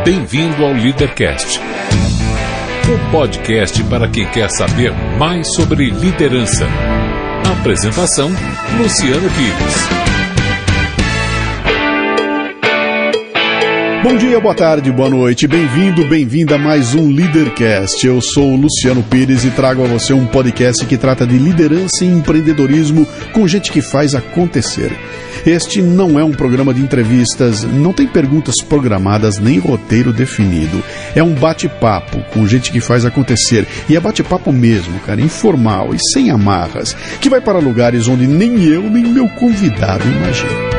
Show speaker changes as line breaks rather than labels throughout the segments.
Bem-vindo ao Leadercast, um podcast para quem quer saber mais sobre liderança. Apresentação, Luciano Pires.
Bom dia, boa tarde, boa noite, bem-vindo, bem-vinda a mais um Leadercast. Eu sou o Luciano Pires e trago a você um podcast que trata de liderança e empreendedorismo com gente que faz acontecer. Este não é um programa de entrevistas, não tem perguntas programadas nem roteiro definido. É um bate-papo com gente que faz acontecer. E é bate-papo mesmo, cara, informal e sem amarras, que vai para lugares onde nem eu nem meu convidado imaginam.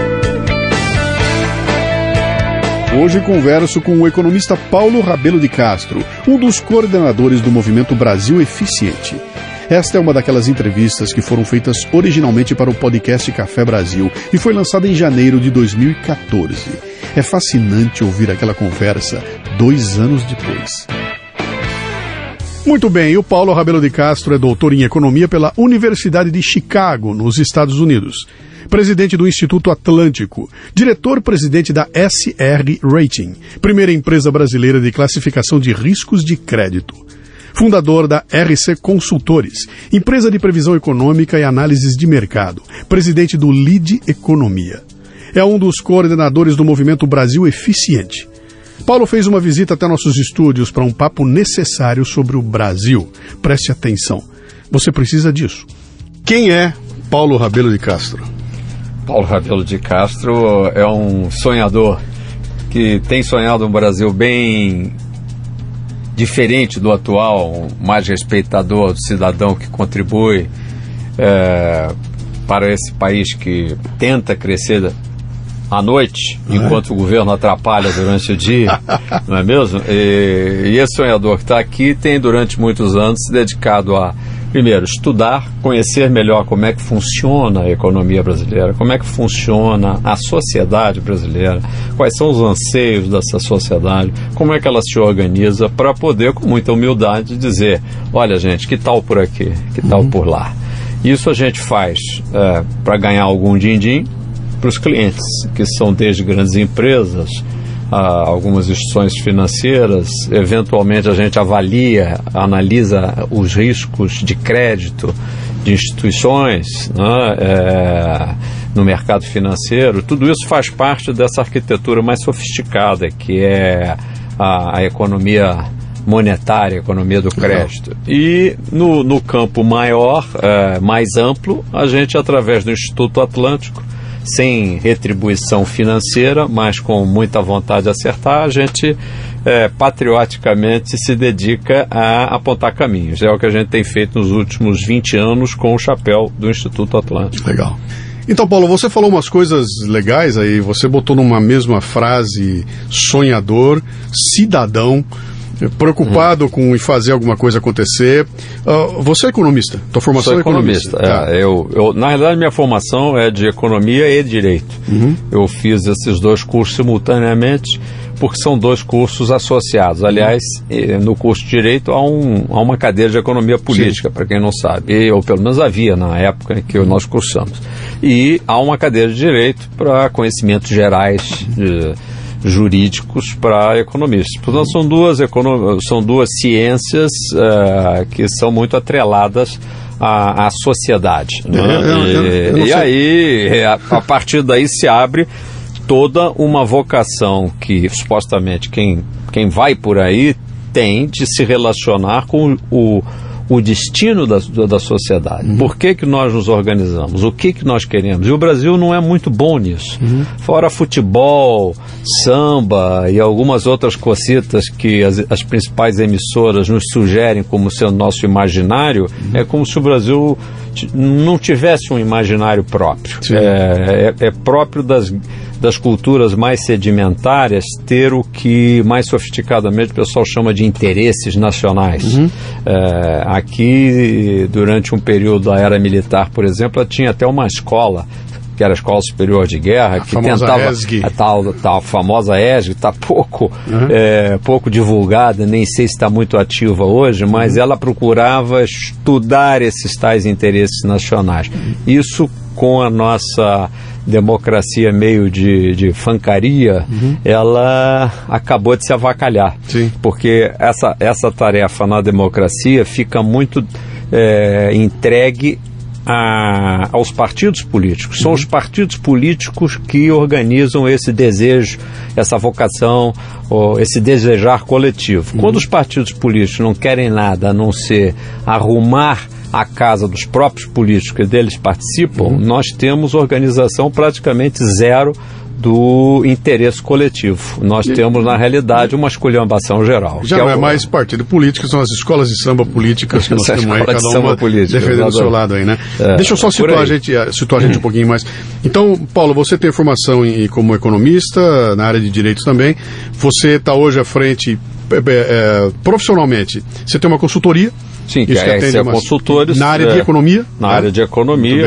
Hoje converso com o economista Paulo Rabelo de Castro, um dos coordenadores do movimento Brasil Eficiente. Esta é uma daquelas entrevistas que foram feitas originalmente para o podcast Café Brasil e foi lançada em janeiro de 2014. É fascinante ouvir aquela conversa 2 anos depois. Muito bem, o Paulo Rabelo de Castro é doutor em economia pela Universidade de Chicago, nos Estados Unidos. Presidente do Instituto Atlântico, diretor-presidente da SR Rating, primeira empresa brasileira de classificação de riscos de crédito. Fundador da RC Consultores, empresa de previsão econômica e análises de mercado, presidente do Lead Economia. É um dos coordenadores do movimento Brasil Eficiente. Paulo fez uma visita até nossos estúdios para um papo necessário sobre o Brasil. Preste atenção, você precisa disso. Quem é Paulo Rabelo de Castro?
Paulo Rabelo de Castro é um sonhador que tem sonhado um Brasil bem diferente do atual, mais respeitador do cidadão que contribui para esse país que tenta crescer à noite, enquanto o governo atrapalha durante o dia, não é mesmo? E esse sonhador que está aqui tem durante muitos anos se dedicado a, primeiro, estudar, conhecer melhor como é que funciona a economia brasileira, como é que funciona a sociedade brasileira, quais são os anseios dessa sociedade, como é que ela se organiza, para poder, com muita humildade, dizer, olha gente, que tal por aqui, que tal por lá. Isso a gente faz para ganhar algum din-din para os clientes, que são desde grandes empresas, algumas instituições financeiras. Eventualmente a gente analisa os riscos de crédito de instituições, né, no mercado financeiro. Tudo isso faz parte dessa arquitetura mais sofisticada, que é a economia monetária, a economia do crédito. E no campo maior, mais amplo, a gente, através do Instituto Atlântico, sem retribuição financeira, mas com muita vontade de acertar, a gente patrioticamente se dedica a apontar caminhos. É o que a gente tem feito nos últimos 20 anos com o chapéu do Instituto Atlântico.
Legal. Então, Paulo, você falou umas coisas legais aí, você botou numa mesma frase sonhador, cidadão, preocupado com fazer alguma coisa acontecer. Você é economista? Tua formação é economista?
Tá. Na realidade, minha formação é de economia e direito. Eu fiz esses 2 cursos simultaneamente, porque são 2 cursos associados. Aliás, no curso de direito há uma cadeira de economia política, para quem não sabe, ou pelo menos havia na época em que nós cursamos. E há uma cadeira de direito para conhecimentos gerais jurídicos para economistas. Portanto, são duas ciências que são muito atreladas à sociedade. Né? E aí, a partir daí se abre toda uma vocação que, supostamente, quem vai por aí tem de se relacionar com o destino da sociedade. Por que nós nos organizamos? O que nós queremos? E o Brasil não é muito bom nisso. Fora futebol, samba e algumas outras cositas que as principais emissoras nos sugerem como sendo nosso imaginário, é como se o Brasil não tivesse um imaginário próprio. É próprio das culturas mais sedimentares ter o que mais sofisticadamente o pessoal chama de interesses nacionais. Aqui, durante um período da era militar, por exemplo, tinha até uma escola, que era a Escola Superior de Guerra, que tentava a famosa ESG, está pouco divulgada, nem sei se está muito ativa hoje, mas ela procurava estudar esses tais interesses nacionais. Isso com a nossa democracia meio de fancaria, ela acabou de se avacalhar.
Sim.
Porque essa tarefa na democracia fica muito entregue aos partidos políticos. São os partidos políticos que organizam esse desejo, essa vocação, esse desejar coletivo. Quando os partidos políticos não querem nada a não ser arrumar a casa dos próprios políticos que deles participam, nós temos organização praticamente zero do interesse coletivo. Nós temos, na realidade, uma esculhambação geral.
Já não é mais partido político, são as escolas de samba políticas que nós temos aí, cada uma defendendo o seu lado aí, né? Deixa eu só situar a gente um pouquinho mais. Então, Paulo, você tem formação como economista, na área de direitos também. Você está hoje à frente, profissionalmente, você tem uma consultoria.
Sim, que é SE Consultores.
Na área de economia?
Na área de economia.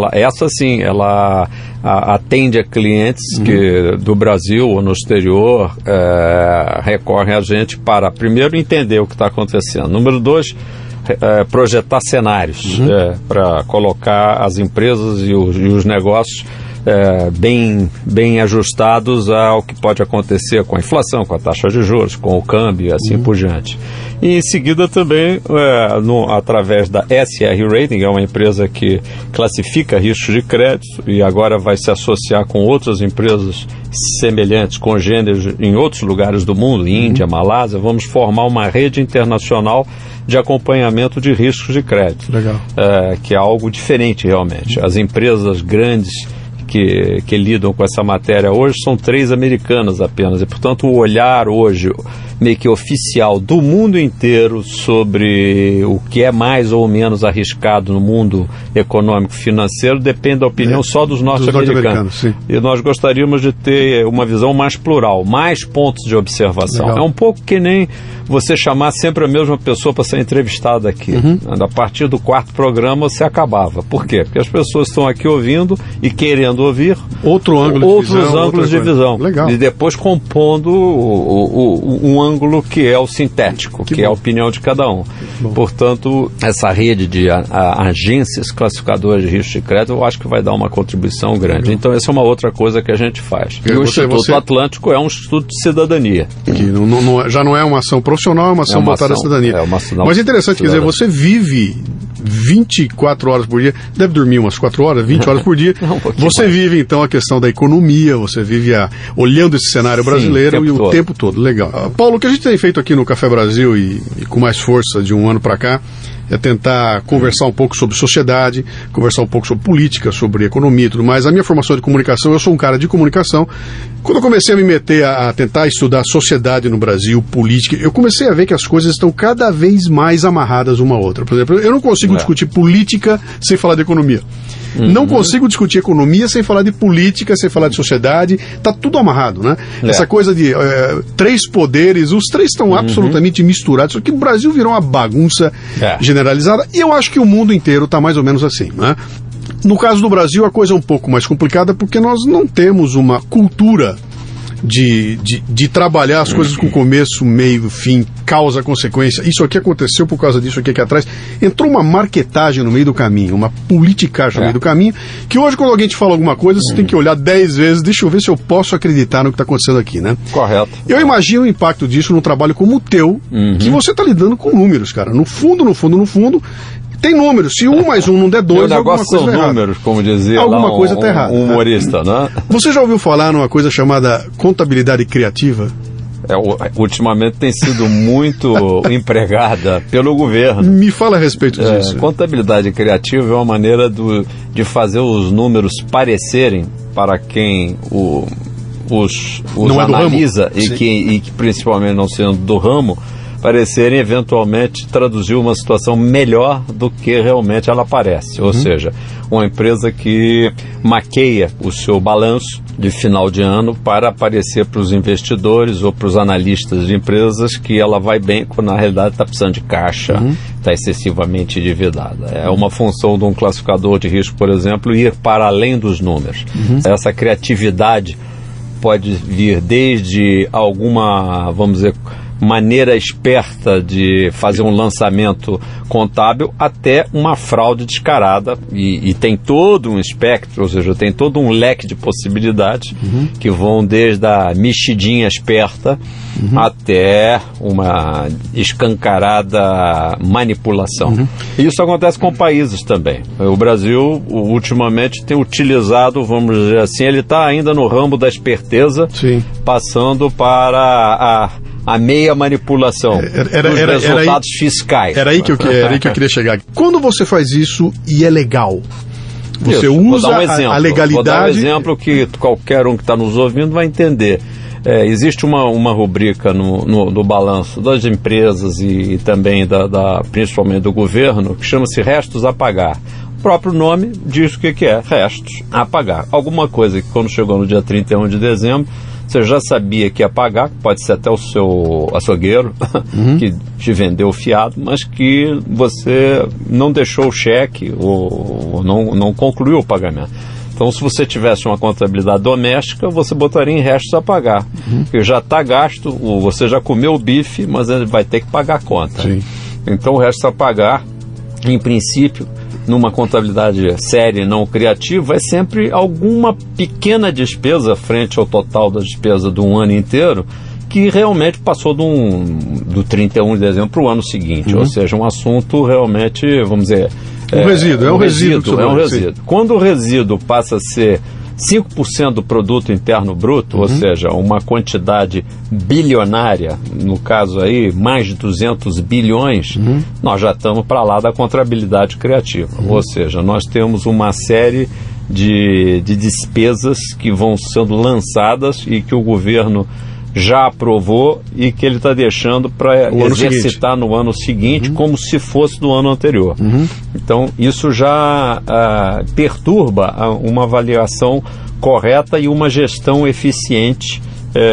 Ela atende a clientes que do Brasil ou no exterior recorrem a gente para, primeiro, entender o que está acontecendo. Número 2, projetar cenários para colocar as empresas e os negócios bem ajustados ao que pode acontecer com a inflação, com a taxa de juros, com o câmbio e assim por diante. E em seguida também, através da SR Rating, é uma empresa que classifica riscos de crédito e agora vai se associar com outras empresas semelhantes, congêneres em outros lugares do mundo, Índia, Malásia. Vamos formar uma rede internacional de acompanhamento de riscos de crédito.
Legal.
Que é algo diferente realmente. As empresas grandes que lidam com essa matéria hoje são 3 americanas apenas, e portanto o olhar hoje meio que oficial do mundo inteiro sobre o que é mais ou menos arriscado no mundo econômico financeiro depende da opinião só dos norte-americanos. E nós gostaríamos de ter uma visão mais plural, mais pontos de observação. Legal. É um pouco que nem você chamar sempre a mesma pessoa para ser entrevistada aqui. A partir do 4º programa você acabava. Por quê? Porque as pessoas estão aqui ouvindo e querendo ouvir outros ângulos de visão.
Legal.
E depois compondo um ângulo que é o sintético, que é a opinião de cada um. Bom. Portanto, essa rede de agências classificadoras de risco de crédito, eu acho que vai dar uma contribuição grande. Legal. Então, essa é uma outra coisa que a gente faz. E o Instituto Atlântico é um instituto de cidadania.
Que já não é uma ação profissional, é uma ação voltada à cidadania. Mas é interessante, quer dizer, você vive 24 horas por dia, deve dormir umas 4 horas, 20 horas por dia. Você vive, então, a questão da economia, você vive olhando esse cenário brasileiro o tempo todo. Legal. Paulo, o que a gente tem feito aqui no Café Brasil e com mais força de um ano para cá é tentar conversar um pouco sobre sociedade, conversar um pouco sobre política, sobre economia e tudo mais. A minha formação é de comunicação, eu sou um cara de comunicação. Quando eu comecei a me meter a tentar estudar sociedade no Brasil, política, eu comecei a ver que as coisas estão cada vez mais amarradas uma à outra. Por exemplo, eu não consigo discutir política sem falar de economia. Não consigo discutir economia sem falar de política, sem falar de sociedade. Está tudo amarrado, né? Essa coisa de 3 poderes, os 3 estão absolutamente misturados. Só que o Brasil virou uma bagunça generalizada. E eu acho que o mundo inteiro está mais ou menos assim, né? No caso do Brasil, a coisa é um pouco mais complicada porque nós não temos uma cultura de trabalhar as coisas com começo, meio, fim, causa, consequência. Isso aqui aconteceu por causa disso aqui atrás. Entrou uma marquetagem no meio do caminho, uma politicagem no meio do caminho, que hoje quando alguém te fala alguma coisa, você tem que olhar 10 vezes, deixa eu ver se eu posso acreditar no que está acontecendo aqui, né?
Correto.
Eu imagino o impacto disso num trabalho como o teu, que você está lidando com números, cara. No fundo, tem números. Se 1 mais 1 não der 2, alguma coisa
são números, como dizia
alguma coisa está errada.
Um humorista, né?
Você já ouviu falar numa coisa chamada contabilidade criativa?
Ultimamente tem sido muito empregada pelo governo.
Me fala a respeito disso.
Contabilidade criativa é uma maneira de fazer os números parecerem para quem os analisa e que principalmente não sendo do ramo, parecerem eventualmente traduzir uma situação melhor do que realmente ela parece. Ou seja, uma empresa que maqueia o seu balanço de final de ano para aparecer para os investidores ou para os analistas de empresas que ela vai bem, quando na realidade está precisando de caixa, está excessivamente endividada. É uma função de um classificador de risco, por exemplo, ir para além dos números. Essa criatividade pode vir desde alguma, vamos dizer, maneira esperta de fazer um lançamento contábil até uma fraude descarada, e tem todo um espectro, ou seja, tem todo um leque de possibilidades que vão desde a mexidinha esperta até uma escancarada manipulação. E isso acontece com países também. O Brasil, ultimamente, tem utilizado, vamos dizer assim, ele está ainda no ramo da esperteza, passando para a meia manipulação dos resultados fiscais.
Era aí que eu queria chegar. Quando você faz isso e é legal, você usa a legalidade... Vou dar um exemplo que qualquer um que está nos ouvindo vai entender. Existe uma rubrica no balanço das empresas e também principalmente do governo, que chama-se restos a pagar. O próprio nome diz o que é restos a pagar. Alguma coisa que quando chegou no dia 31 de dezembro, você já sabia que ia pagar, pode ser até o seu açougueiro que te vendeu fiado, mas que você não deixou o cheque ou não concluiu o pagamento. Então, se você tivesse uma contabilidade doméstica, você botaria em restos a pagar. Porque já está gasto, você já comeu o bife, mas ele vai ter que pagar a conta. Então, o resto a pagar, em princípio, numa contabilidade séria e não criativa, é sempre alguma pequena despesa frente ao total da despesa de um ano inteiro, que realmente passou do 31 de dezembro para o ano seguinte. Ou seja, um assunto realmente, vamos dizer... É um resíduo.
Quando o resíduo passa a ser 5% do produto interno bruto, ou seja, uma quantidade bilionária, no caso aí, mais de 200 bilhões, nós já estamos para lá da contabilidade criativa. Ou seja, nós temos uma série de despesas que vão sendo lançadas e que o governo já aprovou e que ele está deixando para exercitar no ano seguinte, como se fosse do ano anterior. Então, isso já perturba uma avaliação correta e uma gestão eficiente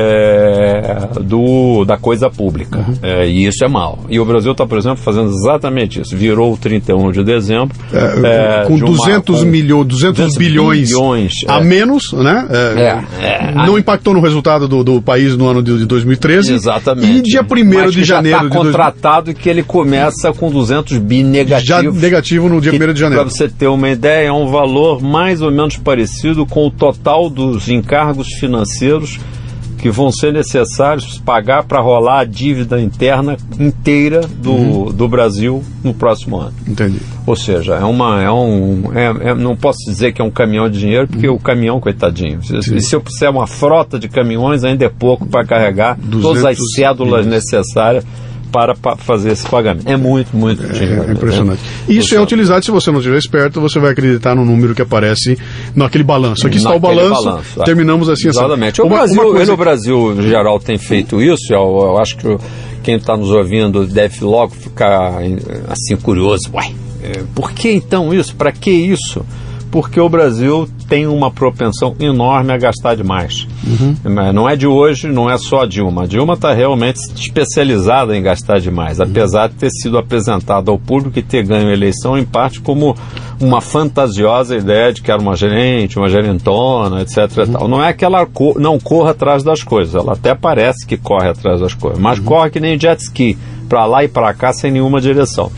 da coisa pública. E isso é mal. E o Brasil está, por exemplo, fazendo exatamente isso. Virou o 31 de dezembro
com 200 bilhões a menos, né? Não impactou no resultado do país no ano de 2013.
Exatamente.
E dia 1º de janeiro...
já está contratado que ele começa com 200 bi negativo.
Já negativo no dia 1º de janeiro.
Para você ter uma ideia, é um valor mais ou menos parecido com o total dos encargos financeiros que vão ser necessários pagar para rolar a dívida interna inteira do Brasil no próximo ano.
Entendi.
Ou seja, não posso dizer que é um caminhão de dinheiro, porque o caminhão, coitadinho, se eu puser uma frota de caminhões, ainda é pouco para carregar todas as cédulas necessárias para fazer esse pagamento. É muito dinheiro.
É impressionante. Isso é utilizado, se você não estiver esperto, você vai acreditar no número que aparece naquele balanço. Aqui está o balanço. Terminamos assim.
Exatamente. O Brasil, em geral, tem feito isso. Eu acho que quem está nos ouvindo deve logo ficar assim curioso. Ué, por que então isso? Para que isso? Porque o Brasil tem uma propensão enorme a gastar demais. Não é de hoje, não é só a Dilma. A Dilma está realmente especializada em gastar demais, apesar de ter sido apresentada ao público e ter ganho a eleição, em parte, como uma fantasiosa ideia de que era uma gerente, uma gerentona, etc. E tal. Não é que ela não corra atrás das coisas, ela até parece que corre atrás das coisas, mas corre que nem jet ski, para lá e para cá sem nenhuma direção.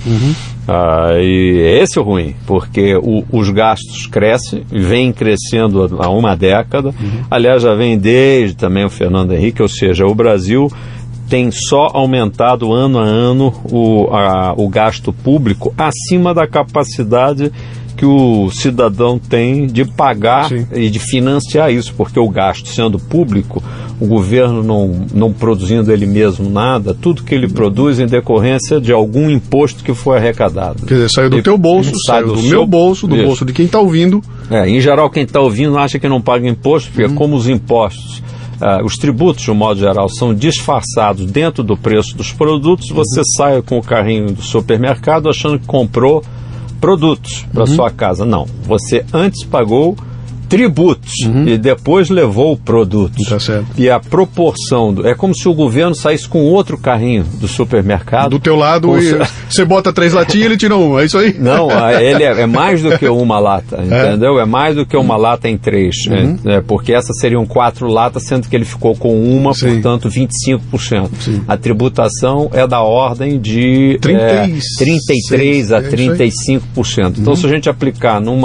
E esse é o ruim, porque os gastos crescem, vêm crescendo há uma década. Aliás, já vem desde também o Fernando Henrique, ou seja, o Brasil tem só aumentado ano a ano o gasto público acima da capacidade que o cidadão tem de pagar e de financiar isso, porque o gasto sendo público, o governo não produzindo ele mesmo nada, tudo que ele produz em decorrência de algum imposto que foi arrecadado.
Quer dizer, saiu do teu bolso, saiu do meu bolso, do bolso de quem está ouvindo.
Em geral, quem está ouvindo acha que não paga imposto, porque como os impostos, os tributos, de um modo geral, são disfarçados dentro do preço dos produtos, você sai com o carrinho do supermercado achando que comprou produtos para sua casa. Não, você antes pagou tributos e depois levou produtos.
Tá certo.
E a proporção, é como se o governo saísse com outro carrinho do supermercado.
Do teu lado, você bota 3 latinhas e ele tira uma, é isso aí?
Não, ele é mais do que uma lata, entendeu? É mais do que uma lata em 3, porque essas seriam 4 latas, sendo que ele ficou com uma, portanto, 25%. Sim. A tributação é da ordem de 33% a 35%. Então, se a gente aplicar num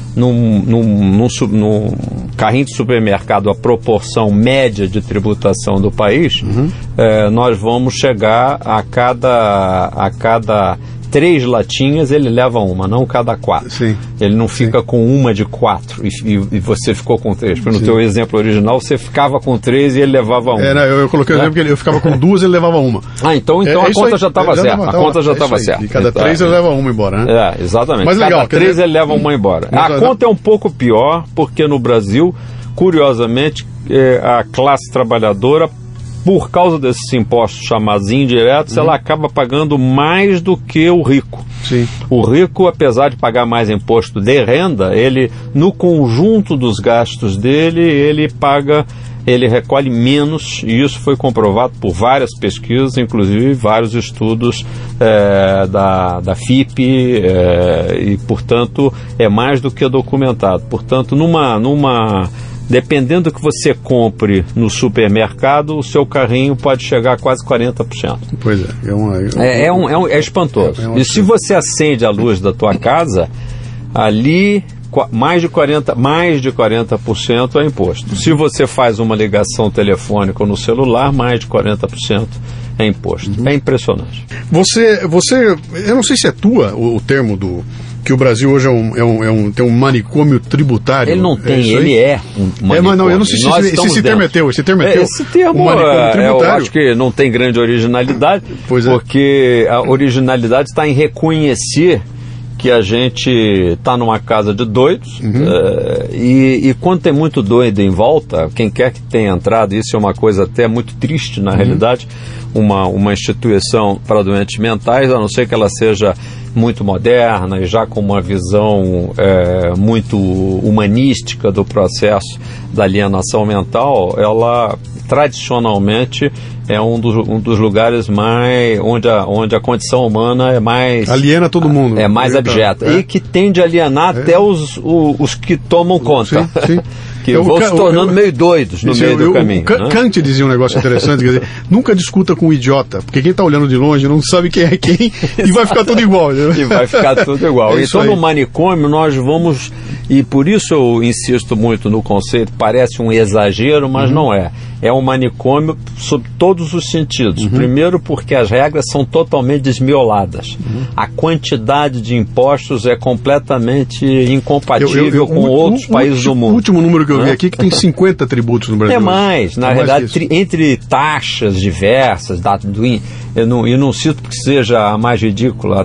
carrinho de supermercado a proporção média de tributação do país, nós vamos chegar a cada 3 latinhas ele leva uma, não cada 4. Sim. Ele não fica com uma de 4 e você ficou com 3. Porque no teu exemplo original você ficava com 3 e ele levava uma.
Eu coloquei o exemplo que eu ficava com 2 e ele levava uma.
Então a conta já estava certa. A conta já estava certa.
E cada 3 ele leva uma embora, né?
Exatamente.
Mas legal,
cada 3 ele leva uma embora. A conta é um pouco pior, porque no Brasil, curiosamente, a classe trabalhadora, por causa desses impostos chamados indiretos, ela acaba pagando mais do que o rico. Sim. O rico, apesar de pagar mais imposto de renda, ele, no conjunto dos gastos dele, ele recolhe menos, e isso foi comprovado por várias pesquisas, inclusive vários estudos da FIPE, e, portanto, é mais do que documentado. Portanto, dependendo do que você compre no supermercado, o seu carrinho pode chegar a quase 40%. Pois é. É espantoso. E se você acende a luz da tua casa, ali mais de 40% é imposto. Se você faz uma ligação telefônica ou no celular, mais de 40% é imposto. É impressionante.
Você, eu não sei se é o termo que o Brasil hoje tem um manicômio tributário.
Ele não tem, ele é um manicômio.
Eu não sei se esse termo é teu. Esse termo,
um manicômio tributário. Eu acho que não tem grande originalidade, porque a originalidade está em reconhecer que a gente está numa casa de doidos, e quando tem muito doido em volta, quem quer que tenha entrado, isso é uma coisa até muito triste na realidade, uma instituição para doentes mentais, a não ser que ela seja muito moderna e já com uma visão muito humanística do processo da alienação mental, ela tradicionalmente é um dos lugares mais onde a condição humana é mais
aliena todo mundo,
é mais abjeta, e que tende a alienar até os que tomam conta. Sim. Que vão se tornando meio doidos no meio do caminho.
Kant dizia um negócio interessante, quer dizer, nunca discuta com um idiota, porque quem está olhando de longe não sabe quem é quem e vai ficar tudo igual.
E vai ficar tudo igual. Então no manicômio nós vamos, e por isso eu insisto muito no conceito, parece um exagero, mas não é. É um manicômio sob todos os sentidos. Primeiro porque as regras são totalmente desmioladas. A quantidade de impostos é completamente incompatível com outros países do mundo.
O último número que eu vi aqui que tem 50 tributos no Brasil.
É mais, na verdade, entre taxas diversas, eu não cito que seja a mais ridícula,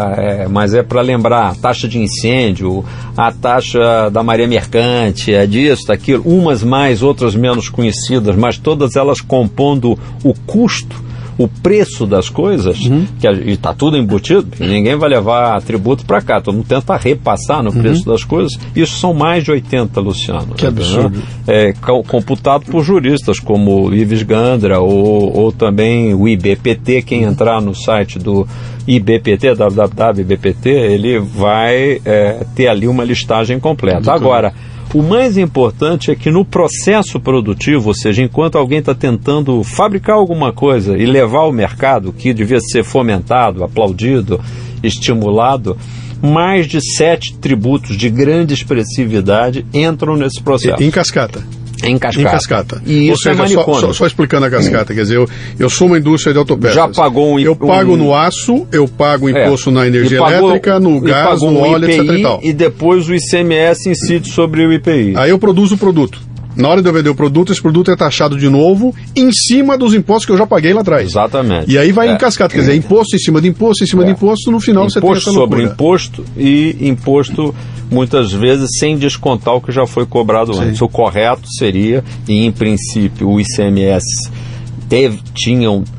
mas é para lembrar, a taxa de incêndio, a taxa da maré mercante, disso, daquilo, umas mais, outras menos conhecidas, mas todas elas compondo o custo, o preço das coisas, e está tudo embutido, ninguém vai levar tributo para cá, todo mundo tenta repassar no preço das coisas. Isso são mais de 80, Luciano.
Que absurdo.
Computado por juristas como o Ives Gandra ou também o IBPT. Quem entrar no site do IBPT, www.ibpt, ele vai ter ali uma listagem completa. Agora, o mais importante é que no processo produtivo, ou seja, enquanto alguém está tentando fabricar alguma coisa e levar ao mercado, que devia ser fomentado, aplaudido, estimulado, mais de 7 tributos de grande expressividade entram nesse processo.
Em cascata.
Em cascata.
E isso, ou seja, só explicando a cascata, quer dizer, eu sou uma indústria de autopeças.
Já pagou
eu pago no aço, eu pago imposto na energia elétrica, no gás, no óleo, IPI, etc. E tal.
E depois o ICMS incide sobre o IPI.
Aí eu produzo o produto. Na hora de eu vender o produto, esse produto é taxado de novo em cima dos impostos que eu já paguei lá atrás.
Exatamente.
E aí vai em cascata, quer dizer, imposto em cima de imposto, em cima de imposto, no final você tem essa loucura.
Imposto sobre imposto e imposto, muitas vezes, sem descontar o que já foi cobrado antes. O correto seria, e em princípio o ICMS tinham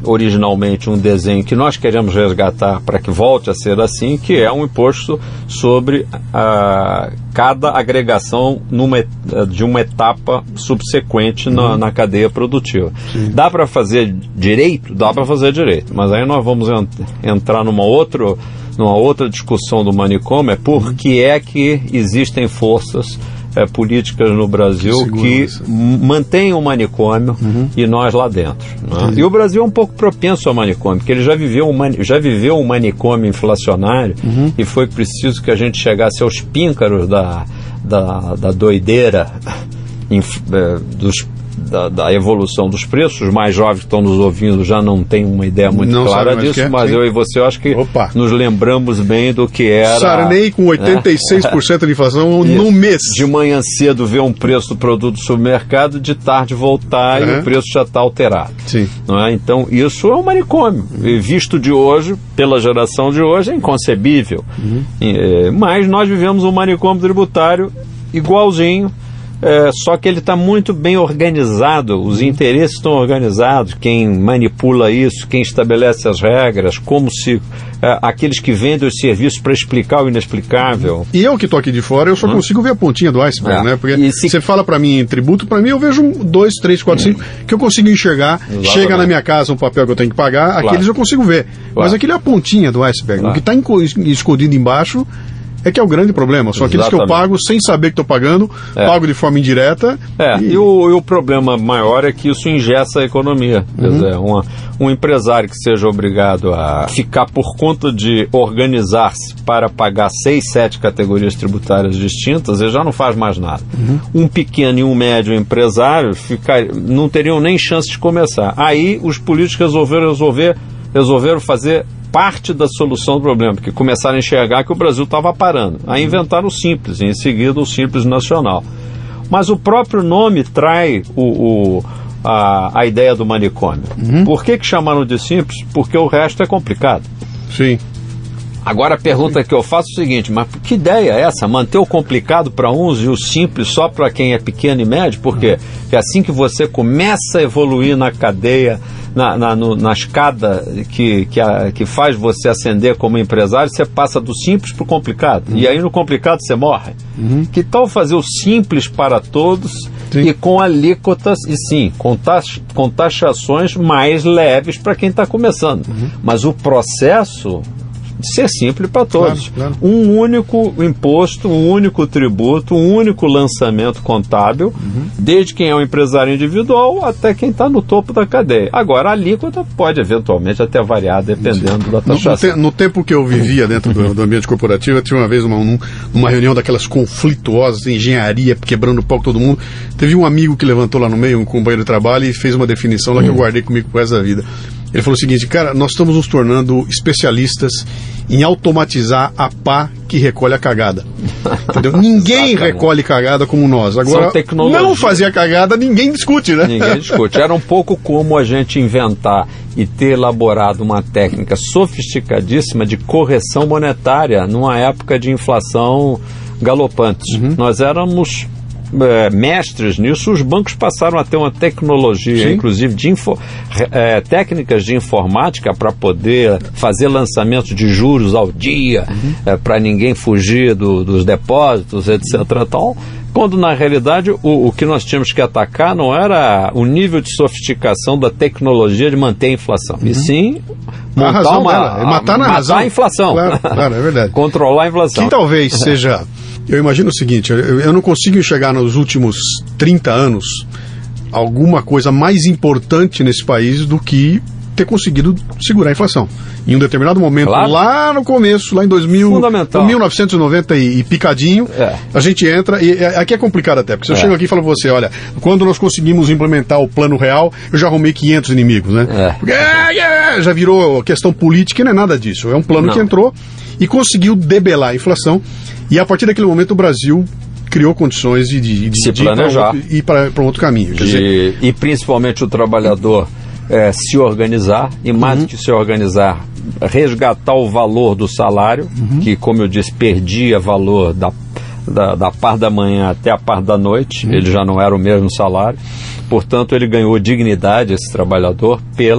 originalmente um desenho que nós queremos resgatar para que volte a ser assim, que é um imposto sobre cada agregação de uma etapa subsequente na cadeia produtiva. Sim. Dá para fazer direito? Dá para fazer direito, mas aí nós vamos entrar numa outra discussão do manicômio, é por que é que existem forças políticas no Brasil que mantêm o manicômio e nós lá dentro. Né? E o Brasil é um pouco propenso ao manicômio, porque ele já viveu um manicômio inflacionário e foi preciso que a gente chegasse aos píncaros da doideira da evolução dos preços. Os mais jovens que estão nos ouvindo já não têm uma ideia muito clara disso, mas eu e você, eu acho que nos lembramos bem do que era...
Sarney com 86% de inflação num mês.
De manhã cedo ver um preço do produto do supermercado, de tarde voltar e o preço já está alterado.
Sim.
Não é? Então, isso é um manicômio. E visto de hoje, pela geração de hoje, é inconcebível. Mas nós vivemos um manicômio tributário igualzinho, só que ele está muito bem organizado, os interesses estão organizados, quem manipula isso, quem estabelece as regras, como se aqueles que vendem os serviços para explicar o inexplicável.
E eu que estou aqui de fora, eu só consigo ver a pontinha do iceberg, né? Porque você fala para mim em tributo, para mim eu vejo 2, 3, 4, 5 que eu consigo enxergar. Exatamente. Chega na minha casa um papel que eu tenho que pagar, aqueles eu consigo ver. Mas aquele é a pontinha do iceberg. O que está escondido embaixo é que é o grande problema. São aqueles que eu pago sem saber que estou pagando, pago de forma indireta.
E o problema maior é que isso engessa a economia. Quer dizer, um empresário que seja obrigado a ficar por conta de organizar-se para pagar 6, 7 categorias tributárias distintas, ele já não faz mais nada. Um pequeno e um médio empresário não teriam nem chance de começar. Aí os políticos resolveram fazer parte da solução do problema, porque começaram a enxergar que o Brasil estava parando. Aí inventaram o Simples, e em seguida o Simples Nacional. Mas o próprio nome trai a ideia do manicômio. Por que chamaram de Simples? Porque o resto é complicado.
Sim.
Agora a pergunta que eu faço é o seguinte, mas que ideia é essa? Manter o complicado para uns e o simples só para quem é pequeno e médio? Por quê? Porque assim que você começa a evoluir na cadeia, na escada que faz você ascender como empresário, você passa do simples para o complicado. E aí no complicado você morre. Que tal fazer o simples para todos e com alíquotas, e sim, com taxações mais leves para quem está começando. Mas o processo ser simples para todos.
Claro.
Um único imposto, um único tributo, um único lançamento contábil, desde quem é um empresário individual até quem está no topo da cadeia. Agora, a alíquota pode eventualmente até variar dependendo da taxação.
No tempo que eu vivia dentro do ambiente corporativo, eu tive uma vez numa reunião daquelas conflituosas, engenharia, quebrando o pau com todo mundo. Teve um amigo que levantou lá no meio, um companheiro de trabalho, e fez uma definição lá que eu guardei comigo pro resto da vida. Ele falou o seguinte: cara, nós estamos nos tornando especialistas em automatizar a pá que recolhe a cagada. Entendeu? Ninguém recolhe cagada como nós. Agora, não fazer a cagada, ninguém discute, né?
Ninguém discute. Era um pouco como a gente inventar e ter elaborado uma técnica sofisticadíssima de correção monetária numa época de inflação galopante. Nós éramos mestres nisso. Os bancos passaram a ter uma tecnologia, inclusive de técnicas de informática para poder fazer lançamento de juros ao dia, para ninguém fugir dos depósitos, etc. Tal, quando na realidade o que nós tínhamos que atacar não era o nível de sofisticação da tecnologia de manter a inflação, e sim matar a inflação.
Claro, é verdade.
Controlar a inflação.
Que talvez seja... Eu imagino o seguinte, eu não consigo enxergar nos últimos 30 anos alguma coisa mais importante nesse país do que ter conseguido segurar a inflação. Em um determinado momento, lá no começo, lá em 1990 e picadinho, a gente entra, e aqui é complicado até, porque se eu chego aqui e falo pra você, olha, quando nós conseguimos implementar o Plano Real, eu já arrumei 500 inimigos, né? Porque, já virou questão política, e não é nada disso. É um plano que entrou e conseguiu debelar a inflação, e a partir daquele momento o Brasil criou condições de
se planejar
e ir para um outro caminho.
E principalmente o trabalhador se organizar, e mais do que se organizar, resgatar o valor do salário, que, como eu disse, perdia valor da parte da manhã até a parte da noite, ele já não era o mesmo salário. Portanto, ele ganhou dignidade, esse trabalhador, pela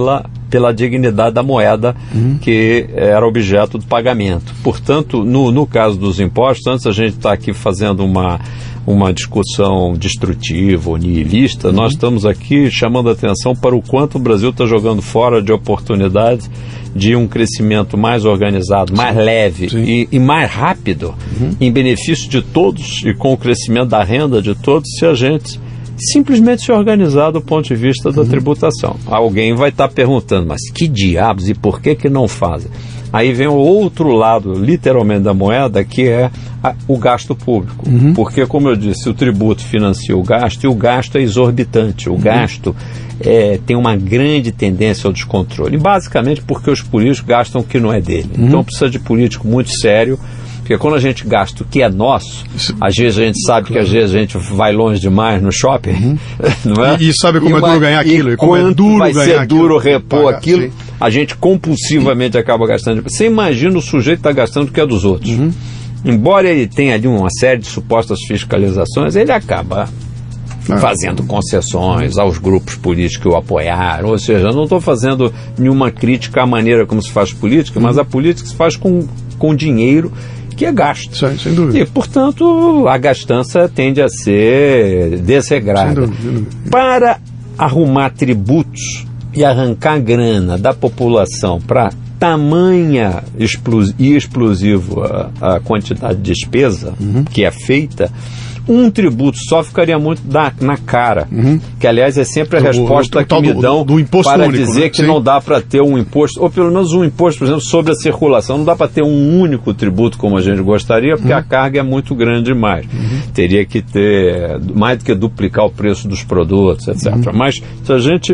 pela dignidade da moeda que era objeto do pagamento. Portanto, no caso dos impostos, antes a gente está aqui fazendo uma discussão destrutiva ou nihilista, nós estamos aqui chamando a atenção para o quanto o Brasil está jogando fora de oportunidades de um crescimento mais organizado, mais leve e mais rápido, em benefício de todos e com o crescimento da renda de todos, se a gente simplesmente se organizar do ponto de vista da tributação. Alguém vai estar perguntando, mas que diabos e por que não fazem? Aí vem o outro lado, literalmente, da moeda, que é o gasto público. Porque, como eu disse, o tributo financia o gasto e o gasto é exorbitante. O gasto tem uma grande tendência ao descontrole. Basicamente porque os políticos gastam o que não é dele. Então precisa de político muito sério. Porque quando a gente gasta o que é nosso, às vezes a gente sabe que às vezes a gente vai longe demais no shopping, não é?
E sabe como é duro ganhar aquilo.
E
como é duro
vai
ganhar
ser duro
aquilo,
repor
pagar,
aquilo,
sim.
A gente compulsivamente acaba gastando. Você imagina o sujeito está gastando o que é dos outros. Embora ele tenha ali uma série de supostas fiscalizações, ele acaba fazendo concessões aos grupos políticos que o apoiaram. Ou seja, eu não estou fazendo nenhuma crítica à maneira como se faz política, mas a política se faz com dinheiro que é gasto.
Sem dúvida.
E, portanto, a gastança tende a ser desregrada.
Sem dúvida.
Para arrumar tributos e arrancar grana da população para tamanha e explosivo a quantidade de despesa que é feita, um tributo só ficaria muito na cara, que aliás é sempre a resposta que me dão
do imposto
para
único,
dizer que não dá para ter um imposto, ou pelo menos um imposto, por exemplo, sobre a circulação. Não dá para ter um único tributo como a gente gostaria, porque a carga é muito grande demais. Teria que ter mais do que duplicar o preço dos produtos, etc. Mas se a gente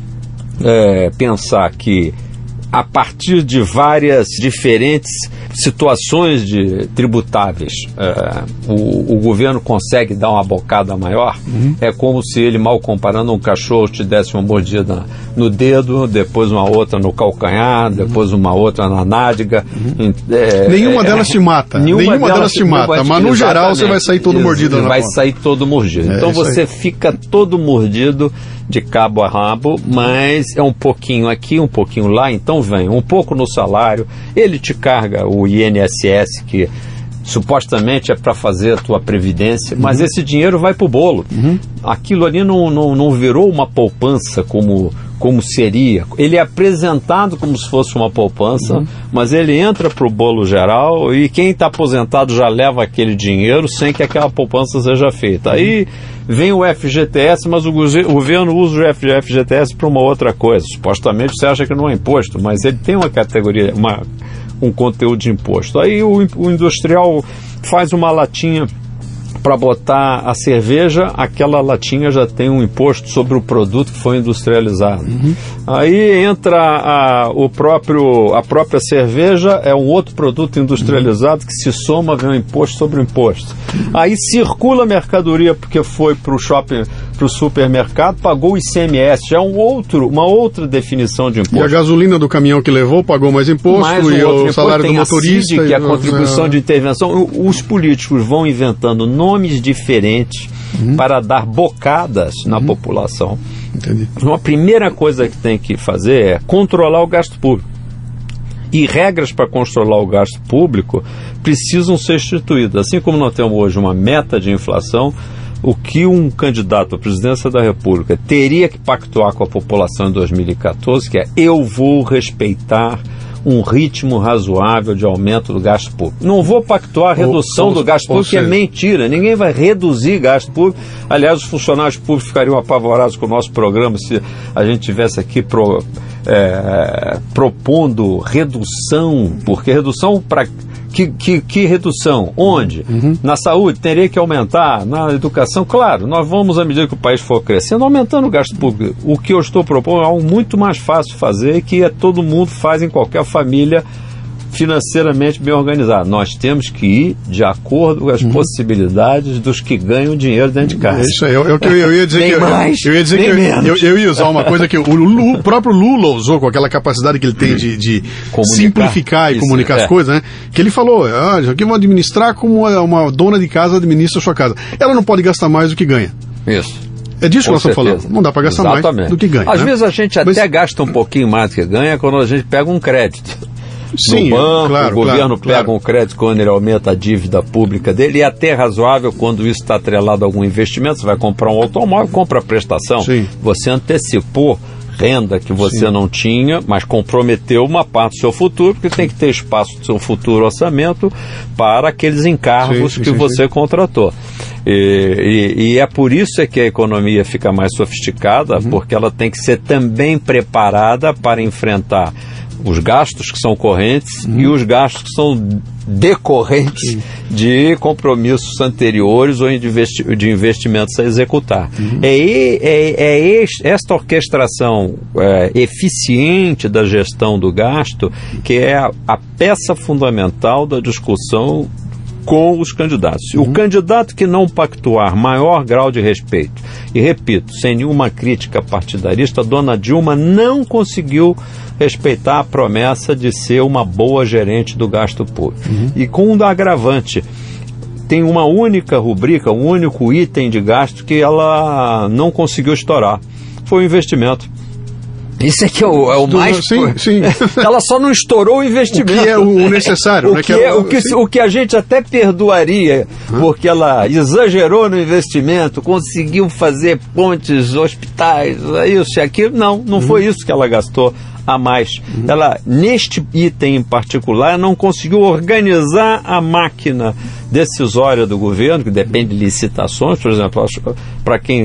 pensar que a partir de várias diferentes situações tributáveis, o governo consegue dar uma bocada maior, é como se ele, mal comparando, um cachorro te desse uma mordida no dedo, depois uma outra no calcanhar, depois uma outra na nádega.
Nenhuma delas te mata. Nenhuma delas te mata, mas no geral você vai sair todo mordido.
Vai sair todo mordido. Então você fica todo mordido de cabo a rabo, mas é um pouquinho aqui, um pouquinho lá, então vem um pouco no salário, ele te carga o INSS, que supostamente é para fazer a tua previdência, mas esse dinheiro vai para o bolo. Aquilo ali não virou uma poupança como seria. Ele é apresentado como se fosse uma poupança, mas ele entra para o bolo geral e quem está aposentado já leva aquele dinheiro sem que aquela poupança seja feita. Aí vem o FGTS, mas o governo usa o FGTS para uma outra coisa. Supostamente você acha que não é imposto, mas ele tem uma categoria, um conteúdo de imposto. Aí o industrial faz uma latinha para botar a cerveja, aquela latinha já tem um imposto sobre o produto que foi industrializado. Aí entra a própria cerveja, é um outro produto industrializado que se soma, vem um imposto sobre o imposto. Aí circula a mercadoria porque foi para o shopping, para o supermercado, pagou o ICMS, já é uma outra definição de imposto.
E a gasolina do caminhão que levou pagou mais imposto, e o salário do motorista.
Que é a contribuição de intervenção. Os políticos vão inventando nomes diferentes para dar bocadas na população.
Entendi.
Uma primeira coisa que tem que fazer é controlar o gasto público. E regras para controlar o gasto público precisam ser instituídas. Assim como nós temos hoje uma meta de inflação, o que um candidato à presidência da República teria que pactuar com a população em 2014, que é: eu vou respeitar um ritmo razoável de aumento do gasto público. Não vou pactuar a redução do gasto público, que é mentira. Ninguém vai reduzir gasto público. Aliás, os funcionários públicos ficariam apavorados com o nosso programa se a gente tivesse aqui propondo redução, porque redução para... Que redução? Onde? Na saúde teria que aumentar, na educação, claro, nós vamos, à medida que o país for crescendo, aumentando o gasto público. O que eu estou propondo é algo muito mais fácil de fazer, que todo mundo faz em qualquer família financeiramente bem organizada. Nós temos que ir de acordo com as possibilidades dos que ganham dinheiro dentro de casa.
Isso aí, eu ia dizer eu ia usar uma coisa que o próprio Lula usou, com aquela capacidade que ele tem de simplificar e comunicar as coisas, né? Que ele falou: aqui vão administrar como uma dona de casa administra a sua casa. Ela não pode gastar mais do que ganha.
Isso.
É disso que nós estamos falando. Não dá para gastar mais do que ganha.
Às vezes a gente até gasta um pouquinho mais do que ganha quando a gente pega um crédito.
Sim,
no banco, o governo pega um crédito quando ele aumenta a dívida pública dele, e é até razoável quando isso está atrelado a algum investimento. Você vai comprar um automóvel, compra a prestação.
Sim.
Você antecipou renda que você não tinha, mas comprometeu uma parte do seu futuro, porque tem que ter espaço do seu futuro orçamento para aqueles encargos que você contratou. E é por isso que a economia fica mais sofisticada, porque ela tem que ser também preparada para enfrentar os gastos que são correntes e os gastos que são decorrentes de compromissos anteriores ou de investimentos a executar. Esta orquestração eficiente da gestão do gasto que é a peça fundamental da discussão com os candidatos. O candidato que não pactuar maior grau de respeito, e repito, sem nenhuma crítica partidarista, a dona Dilma não conseguiu respeitar a promessa de ser uma boa gerente do gasto público. E com um agravante, tem uma única rubrica, um único item de gasto que ela não conseguiu estourar. Foi o investimento. Isso é que é o mais...
Sim.
Ela só não estourou o investimento.
O que é o necessário.
O que a gente até perdoaria, porque ela exagerou no investimento, conseguiu fazer pontes, hospitais, isso e aquilo. Não foi isso que ela gastou a mais. Ela, neste item em particular, não conseguiu organizar a máquina decisória do governo, que depende de licitações, por exemplo, para quem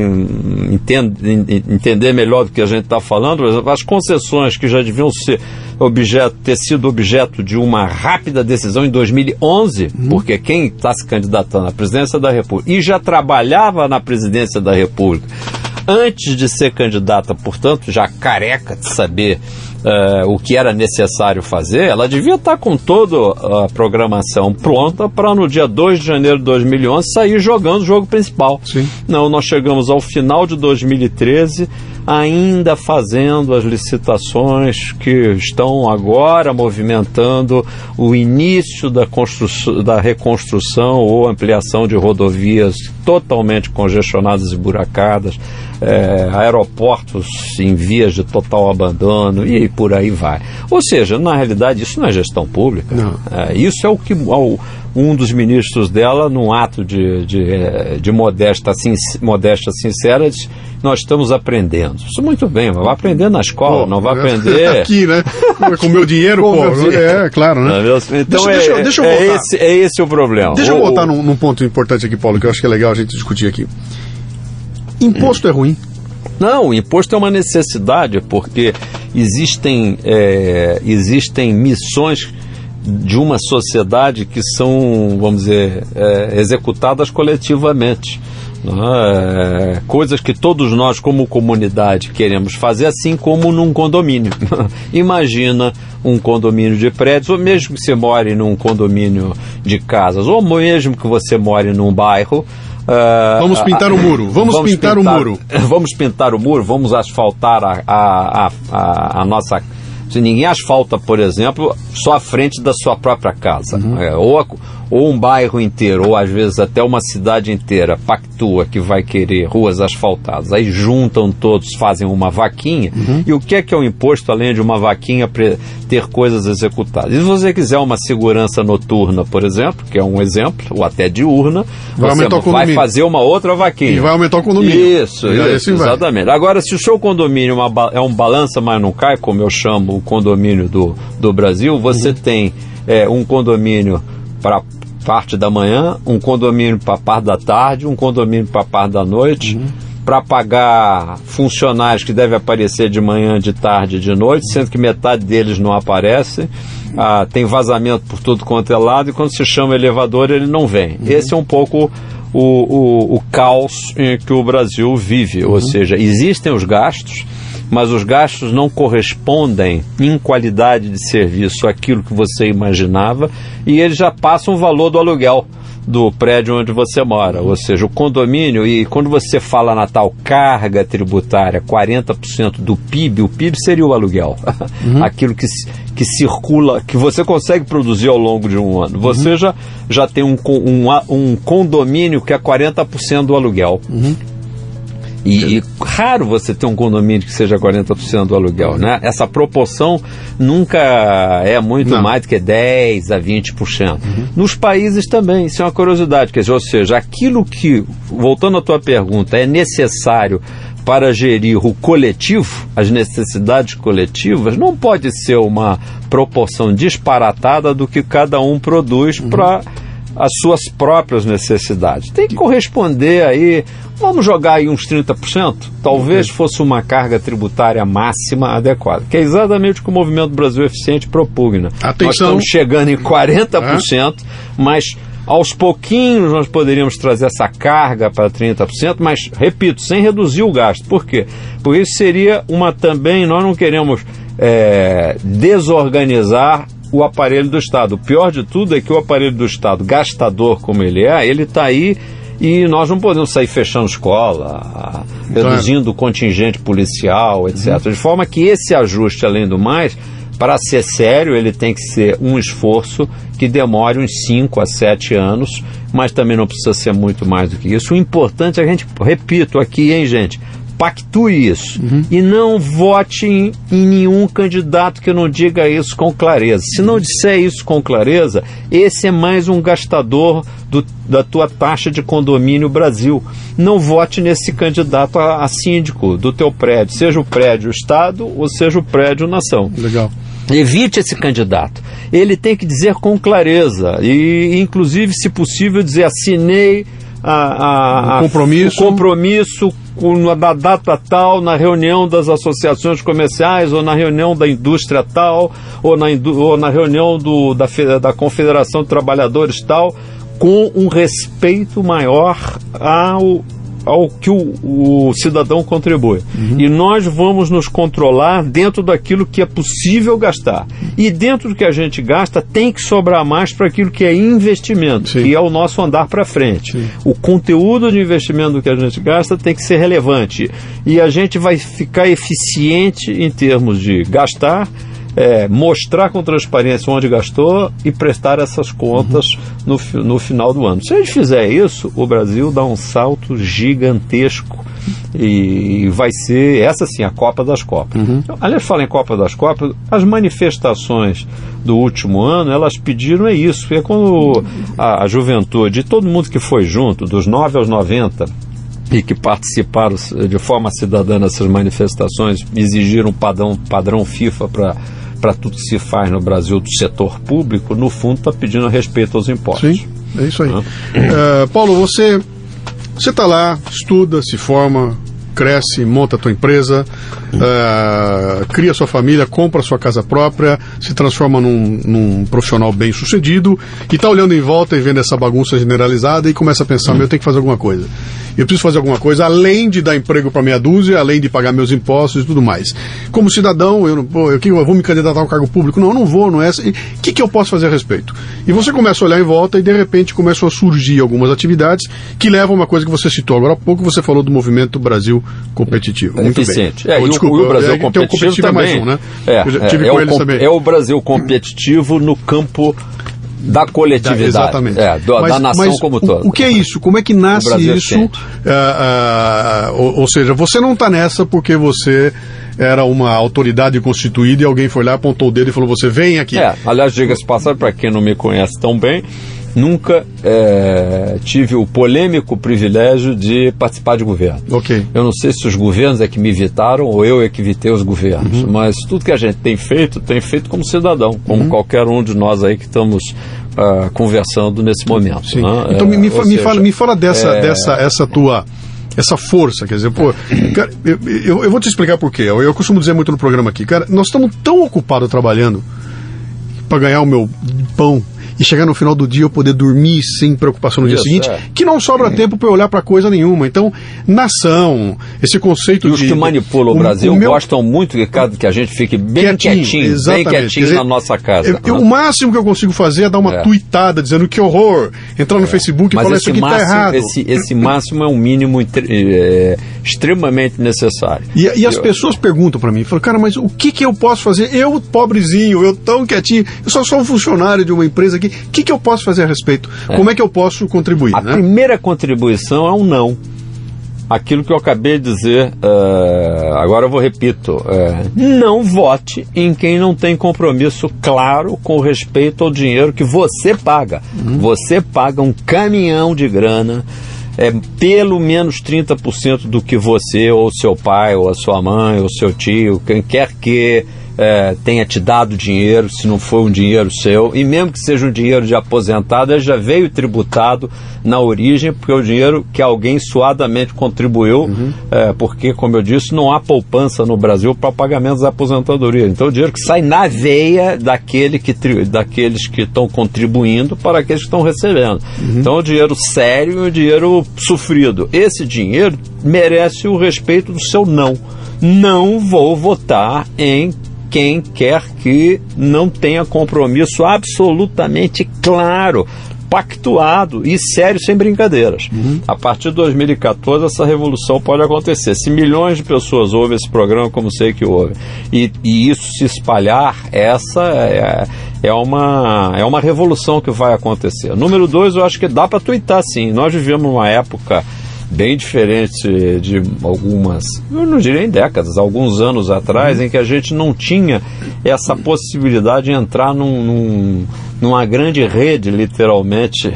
entender melhor do que a gente está falando, por exemplo, as concessões que já deviam ter sido objeto de uma rápida decisão em 2011, porque quem está se candidatando à presidência da República e já trabalhava na presidência da República antes de ser candidata, portanto, já careca de saber o que era necessário fazer, ela devia estar com toda a programação pronta para no dia 2 de janeiro de 2011 sair jogando o jogo principal. Não, nós chegamos ao final de 2013 ainda fazendo as licitações que estão agora movimentando o início da reconstrução ou ampliação de rodovias totalmente congestionadas e buracadas, aeroportos em vias de total abandono e por aí vai. Ou seja, na realidade isso não é gestão pública. Isso é o que um dos ministros dela, num ato de modéstia sincera, disse: nós estamos aprendendo. Isso muito bem, mas vai aprender na escola, não vai aprender...
Aqui, né? Com o meu dinheiro, claro, né?
Então
deixa eu voltar.
É esse o problema.
Deixa eu voltar num ponto importante aqui, Paulo, que eu acho que é legal a gente discutir aqui. Imposto é ruim?
Não, o imposto é uma necessidade, porque existem missões de uma sociedade que são, vamos dizer, executadas coletivamente. Coisas que todos nós, como comunidade, queremos fazer, assim como num condomínio. Imagina um condomínio de prédios, ou mesmo que você more num condomínio de casas, ou mesmo que você more num bairro.
Vamos pintar o muro. Vamos pintar o muro.
Vamos pintar o muro, vamos asfaltar a nossa... Se ninguém asfalta, por exemplo, só a frente da sua própria casa, ou um bairro inteiro, ou às vezes até uma cidade inteira pactua que vai querer ruas asfaltadas, aí juntam todos, fazem uma vaquinha, e o que é o imposto, além de uma vaquinha para ter coisas executadas? E se você quiser uma segurança noturna, por exemplo, que é um exemplo, ou até diurna, você vai fazer uma outra vaquinha.
E vai aumentar o condomínio.
Isso, exatamente. Agora, se o seu condomínio é um balança, mas não cai, como eu chamo o condomínio do Brasil, você tem um condomínio para parte da manhã, um condomínio para parte da tarde, um condomínio para parte da noite, para pagar funcionários que devem aparecer de manhã, de tarde e de noite, sendo que metade deles não aparece, tem vazamento por tudo quanto é lado, e quando se chama elevador ele não vem. Esse é um pouco o caos em que o Brasil vive, ou seja, existem os gastos, mas os gastos não correspondem em qualidade de serviço àquilo que você imaginava, e eles já passam o valor do aluguel do prédio onde você mora, ou seja, o condomínio. E quando você fala na tal carga tributária, 40% do PIB, o PIB seria o aluguel, aquilo que circula, que você consegue produzir ao longo de um ano. Você já tem um condomínio que é 40% do aluguel. E raro você ter um condomínio que seja 40% do aluguel, né? Essa proporção nunca é muito mais do que 10% a 20%. Nos países também, isso é uma curiosidade, quer dizer, ou seja, aquilo que, voltando à tua pergunta, é necessário para gerir o coletivo, as necessidades coletivas, não pode ser uma proporção disparatada do que cada um produz para as suas próprias necessidades. Tem que corresponder aí, vamos jogar aí uns 30%, talvez fosse uma carga tributária máxima adequada, que é exatamente o que o Movimento Brasil Eficiente propugna.
Atenção.
Nós estamos chegando em 40%, mas aos pouquinhos nós poderíamos trazer essa carga para 30%, mas, repito, sem reduzir o gasto. Por quê? Porque isso seria também, nós não queremos desorganizar o aparelho do Estado. O pior de tudo é que o aparelho do Estado, gastador como ele está aí, e nós não podemos sair fechando escola, reduzindo o contingente policial, etc. De forma que esse ajuste, além do mais, para ser sério, ele tem que ser um esforço que demore uns 5 a 7 anos, mas também não precisa ser muito mais do que isso. O importante é a gente, repito aqui, hein, gente, pactue isso e não vote em nenhum candidato que não diga isso com clareza. Se não disser isso com clareza, esse é mais um gastador da tua taxa de condomínio Brasil. Não vote nesse candidato a síndico do teu prédio, seja o prédio Estado ou seja o prédio Nação.
Legal.
Evite esse candidato. Ele tem que dizer com clareza e, inclusive, se possível, dizer assinei o compromisso na data tal, na reunião das associações comerciais, ou na reunião da indústria tal, ou na reunião da Confederação de Trabalhadores tal, com um respeito maior ao que o cidadão contribui. E nós vamos nos controlar dentro daquilo que é possível gastar. E dentro do que a gente gasta, tem que sobrar mais para aquilo que é investimento, que é o nosso andar para frente. O conteúdo de investimento do que a gente gasta tem que ser relevante. E a gente vai ficar eficiente em termos de gastar, mostrar com transparência onde gastou e prestar essas contas no final do ano. Se a gente fizer isso, o Brasil dá um salto gigantesco e vai ser, essa sim, a Copa das Copas. Aliás, fala em Copa das Copas, as manifestações do último ano, elas pediram isso. É quando a juventude, todo mundo que foi junto, dos 9 aos 90, e que participaram de forma cidadã nessas manifestações, exigiram um padrão FIFA para tudo que se faz no Brasil do setor público, no fundo está pedindo respeito aos impostos.
Sim, é isso aí. Paulo, você está lá, estuda, se forma, cresce, monta a tua empresa, cria sua família, compra sua casa própria, se transforma num profissional bem sucedido e está olhando em volta e vendo essa bagunça generalizada e começa a pensar, eu tenho que fazer alguma coisa. Eu preciso fazer alguma coisa, além de dar emprego para meia dúzia, além de pagar meus impostos e tudo mais. Como cidadão, eu vou me candidatar a um cargo público? Não, eu não vou, não é assim. O que eu posso fazer a respeito? E você começa a olhar em volta e, de repente, começam a surgir algumas atividades que levam a uma coisa que você citou agora há pouco, você falou do Movimento Brasil Competitivo. Muito
eficiente.
bem.
Desculpa, o Brasil Competitivo também.
É mais um, né? Eu já tive com eles também.
É o Brasil Competitivo no campo da coletividade,
exatamente.
Da nação como toda.
O que é isso? Como é que nasce isso? Ou seja, você não está nessa porque você era uma autoridade constituída e alguém foi lá, apontou o dedo e falou, você vem aqui.
Aliás, diga-se passagem, para quem não me conhece tão bem, nunca tive o polêmico privilégio de participar de governo. Eu não sei se os governos é que me evitaram ou eu é que evitei os governos, mas tudo que a gente tem feito como cidadão, como qualquer um de nós aí que estamos conversando nesse momento. Né?
Então me fala essa tua... essa força, quer dizer, cara, eu vou te explicar por quê. Eu costumo dizer muito no programa aqui, cara, nós estamos tão ocupados trabalhando para ganhar o meu pão e chegar no final do dia eu poder dormir sem preocupação no dia seguinte, que não sobra tempo para eu olhar para coisa nenhuma. Então, nação, esse conceito
de... Os que manipulam o Brasil gostam muito que a gente fique bem quietinho na nossa casa.
O máximo que eu consigo fazer é dar uma tuitada dizendo que horror, entrar no Facebook e falar isso aqui está errado.
Esse máximo é um mínimo extremamente necessário.
E as pessoas perguntam para mim, falam, cara, mas o que eu posso fazer? Eu, pobrezinho, eu tão quietinho, eu só sou um funcionário de uma empresa aqui, o que eu posso fazer a respeito? Como é que eu posso contribuir?
A primeira contribuição é um não. aquilo que eu acabei de dizer, agora eu repito, não vote em quem não tem compromisso claro com respeito ao dinheiro que você paga. Você paga um caminhão de grana, pelo menos 30% do que você, ou seu pai, ou a sua mãe, ou seu tio, quem quer que tenha te dado dinheiro, se não for um dinheiro seu, e mesmo que seja um dinheiro de aposentado, ele já veio tributado na origem, porque é o dinheiro que alguém suadamente contribuiu, porque, como eu disse, não há poupança no Brasil para pagamentos da aposentadoria. Então, o dinheiro que sai na veia daqueles que estão contribuindo para aqueles que estão recebendo. Então, o dinheiro sério e o dinheiro sofrido. Esse dinheiro merece o respeito do seu não. Não vou votar em quem quer que não tenha compromisso absolutamente claro, pactuado e sério, sem brincadeiras. A partir de 2014 essa revolução pode acontecer. Se milhões de pessoas ouvem esse programa, como sei que ouvem, e isso se espalhar, essa é uma revolução que vai acontecer. Número 2, eu acho que dá para tuitar sim. Nós vivemos uma época bem diferente de algumas, eu não diria em décadas, alguns anos atrás, em que a gente não tinha essa possibilidade de entrar numa grande rede, literalmente,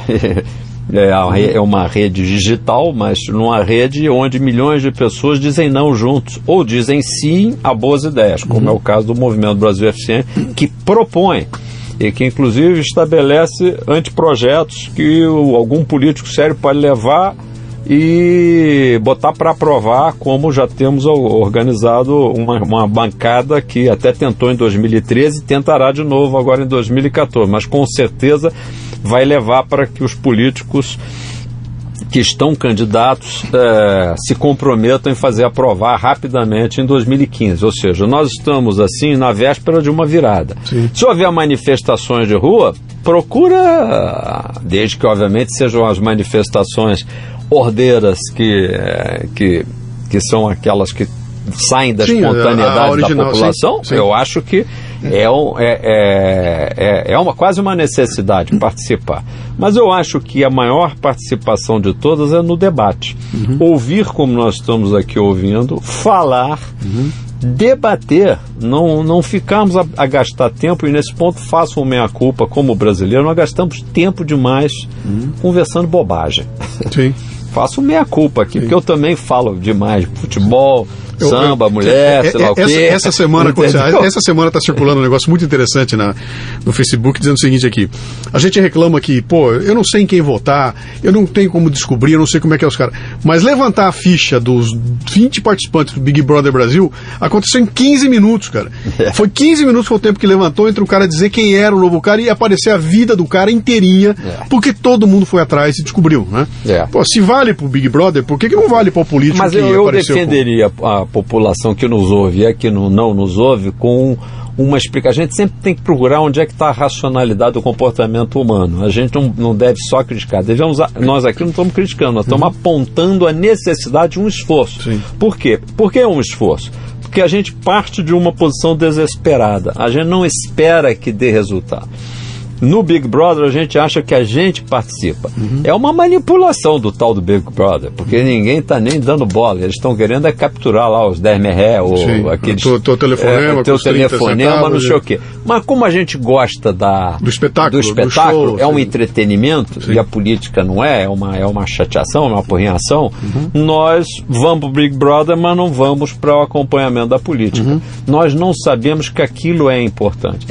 é uma rede digital, mas numa rede onde milhões de pessoas dizem não juntos, ou dizem sim a boas ideias, como é o caso do Movimento Brasil Eficiente, que propõe e que inclusive estabelece anteprojetos que algum político sério pode levar e botar para aprovar, como já temos organizado uma bancada que até tentou em 2013 e tentará de novo agora em 2014, mas com certeza vai levar para que os políticos que estão candidatos se comprometam em fazer aprovar rapidamente em 2015, ou seja, nós estamos assim na véspera de uma virada. Sim. Se houver manifestações de rua, procura, desde que obviamente sejam as manifestações ordeiras que são aquelas que saem da espontaneidade da população, sim. Eu acho que é quase uma necessidade participar. Mas eu acho que a maior participação de todas é no debate. Ouvir como nós estamos aqui ouvindo, falar, debater, não ficarmos a gastar tempo, e nesse ponto faço uma meia-culpa como brasileiro, nós gastamos tempo demais conversando bobagem. Sim. Faço meia-culpa aqui, porque eu também falo demais de futebol, samba, mulher, sei lá o quê.
Essa semana está circulando um negócio muito interessante no Facebook, dizendo o seguinte aqui: a gente reclama que, eu não sei em quem votar, eu não tenho como descobrir, eu não sei como é que é os caras, mas levantar a ficha dos 20 participantes do Big Brother Brasil aconteceu em 15 minutos, cara. Foi 15 minutos foi o tempo que levantou entre o cara dizer quem era o novo cara e aparecer a vida do cara inteirinha, porque todo mundo foi atrás e descobriu, né? Se vale pro Big Brother, por que não vale pro político?
Mas eu defenderia a população que nos ouve e que não nos ouve com uma explicação. A gente sempre tem que procurar onde é que está a racionalidade do comportamento humano. A gente não deve só criticar. Nós aqui não estamos criticando, nós estamos apontando a necessidade de um esforço. Sim. Por quê? Por que é um esforço? Porque a gente parte de uma posição desesperada. A gente não espera que dê resultado. No Big Brother, a gente acha que a gente participa. É uma manipulação do tal do Big Brother, porque ninguém está nem dando bola. Eles estão querendo capturar lá os 10 merré, ou aqueles...
Teu telefonema,
não sei o quê. Mas como a gente gosta do espetáculo, show, é um entretenimento, e a política não é uma chateação, é uma porrinhação, nós vamos para o Big Brother, mas não vamos para o acompanhamento da política. Nós não sabemos que aquilo é importante.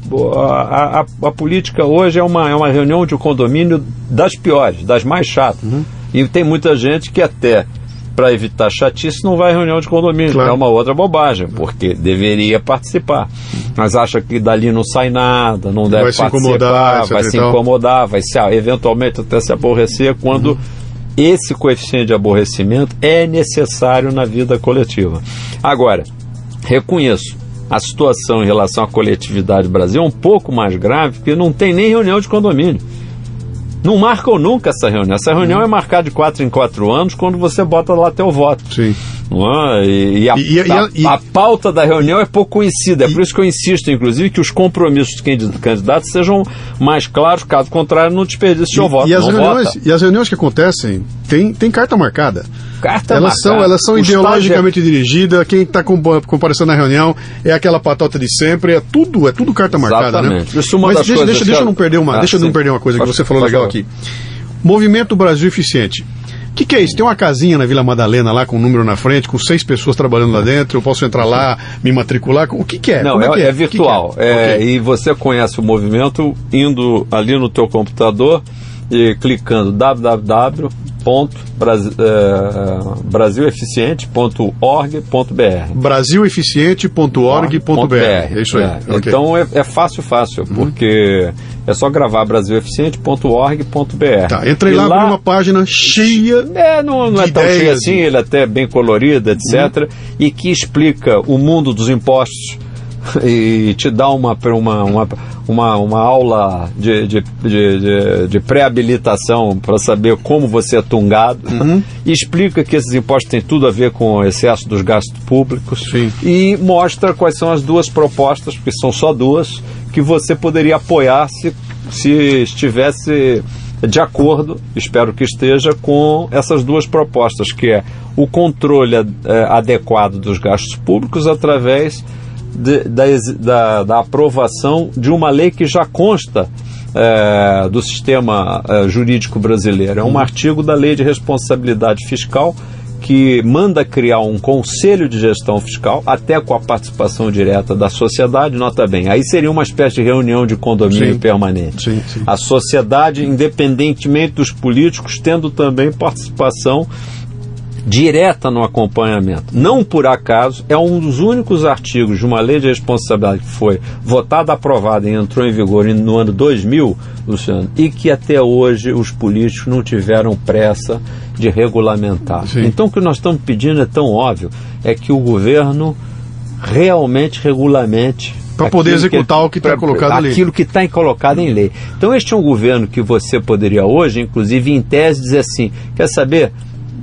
A política hoje é uma reunião de condomínio das piores, das mais chatas. E tem muita gente que até, para evitar chatice, não vai à reunião de condomínio. Claro. É uma outra bobagem, porque deveria participar. Mas acha que dali não sai nada, não deve participar, vai se incomodar, vai eventualmente até se aborrecer, quando esse coeficiente de aborrecimento é necessário na vida coletiva. Agora, reconheço, a situação em relação à coletividade do Brasil é um pouco mais grave, porque não tem nem reunião de condomínio. Não marcam nunca essa reunião. Essa reunião é marcada de 4 em 4 anos, quando você bota lá teu voto. Sim. Não é? A pauta da reunião é pouco conhecida, é por isso que eu insisto, inclusive, que os compromissos de candidatos sejam mais claros, caso contrário, não desperdice seu voto.
E as reuniões que acontecem, tem carta marcada. Elas são ideologicamente dirigidas, quem está comparecendo na reunião é aquela patota de sempre, é tudo carta marcada, né? Mas deixa eu não perder uma coisa que você falou legal aqui. Movimento Brasil Eficiente. O que é isso? Tem uma casinha na Vila Madalena lá com um número na frente, com 6 pessoas trabalhando lá dentro, eu posso entrar lá, me matricular? O que é?
Não, é virtual. Okay. E você conhece o movimento indo ali no teu computador e clicando www.brasileficiente.org.br brasileficiente.org.br
É isso aí.
Okay. Então é fácil, porque é só gravar brasileficiente.org.br.
Tá, entrei lá numa página cheia
não é tão cheia assim, ele é até bem colorido, etc. E que explica o mundo dos impostos e te dá uma aula de pré-habilitação para saber como você é tungado, e explica que esses impostos têm tudo a ver com o excesso dos gastos públicos.
Sim.
E mostra quais são as duas propostas, porque são só duas, que você poderia apoiar se estivesse de acordo, espero que esteja, com essas duas propostas, que é o controle adequado dos gastos públicos através da aprovação de uma lei que já consta do sistema jurídico brasileiro. É um artigo da Lei de Responsabilidade Fiscal que manda criar um conselho de gestão fiscal, até com a participação direta da sociedade, nota bem. Aí seria uma espécie de reunião de condomínio permanente.
Sim.
A sociedade, independentemente dos políticos, tendo também participação direta no acompanhamento. Não por acaso, é um dos únicos artigos de uma lei de responsabilidade que foi votada, aprovada e entrou em vigor no ano 2000, Luciano, e que até hoje os políticos não tiveram pressa de regulamentar.
Sim.
Então o que nós estamos pedindo é tão óbvio, é que o governo realmente regulamente
para poder executar o que está colocado ali.
Aquilo que está colocado em lei. Então este é um governo que você poderia hoje, inclusive em tese, dizer assim, quer saber?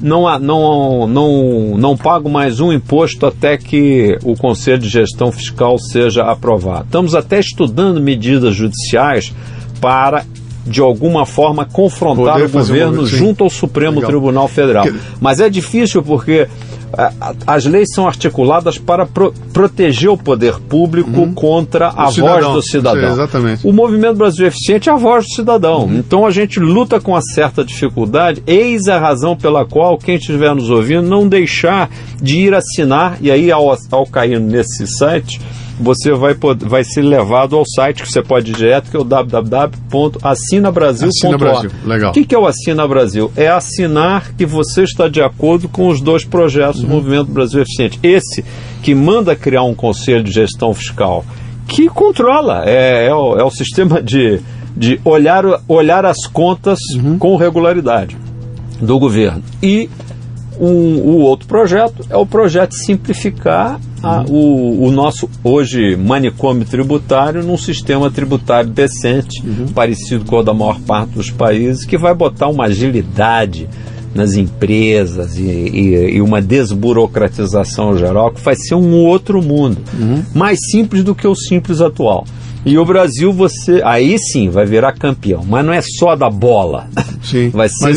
Não pago mais um imposto até que o Conselho de Gestão Fiscal seja aprovado. Estamos até estudando medidas judiciais para, de alguma forma, confrontar o governo junto ao Supremo Tribunal Federal. Mas é difícil porque as leis são articuladas para proteger o poder público contra a voz do cidadão.
Exatamente.
O Movimento Brasil Eficiente é a voz do cidadão. Então a gente luta com uma certa dificuldade, eis a razão pela qual quem estiver nos ouvindo não deixar de ir assinar, e aí ao cair nesse site, você vai ser levado ao site que você pode ir direto, que é o www.assinabrasil.org.
Legal.
O que é o Assina Brasil? É assinar que você está de acordo com os dois projetos do Movimento Brasil Eficiente. Esse que manda criar um conselho de gestão fiscal, que controla, é o sistema de olhar as contas com regularidade do governo. E o outro projeto é o projeto de simplificar o nosso, hoje, manicômio tributário num sistema tributário decente, parecido com o da maior parte dos países, que vai botar uma agilidade nas empresas e uma desburocratização geral, que vai ser um outro mundo, mais simples do que o simples atual. E o Brasil, vai virar campeão, mas não é só da bola.
Sim.
Vai ser,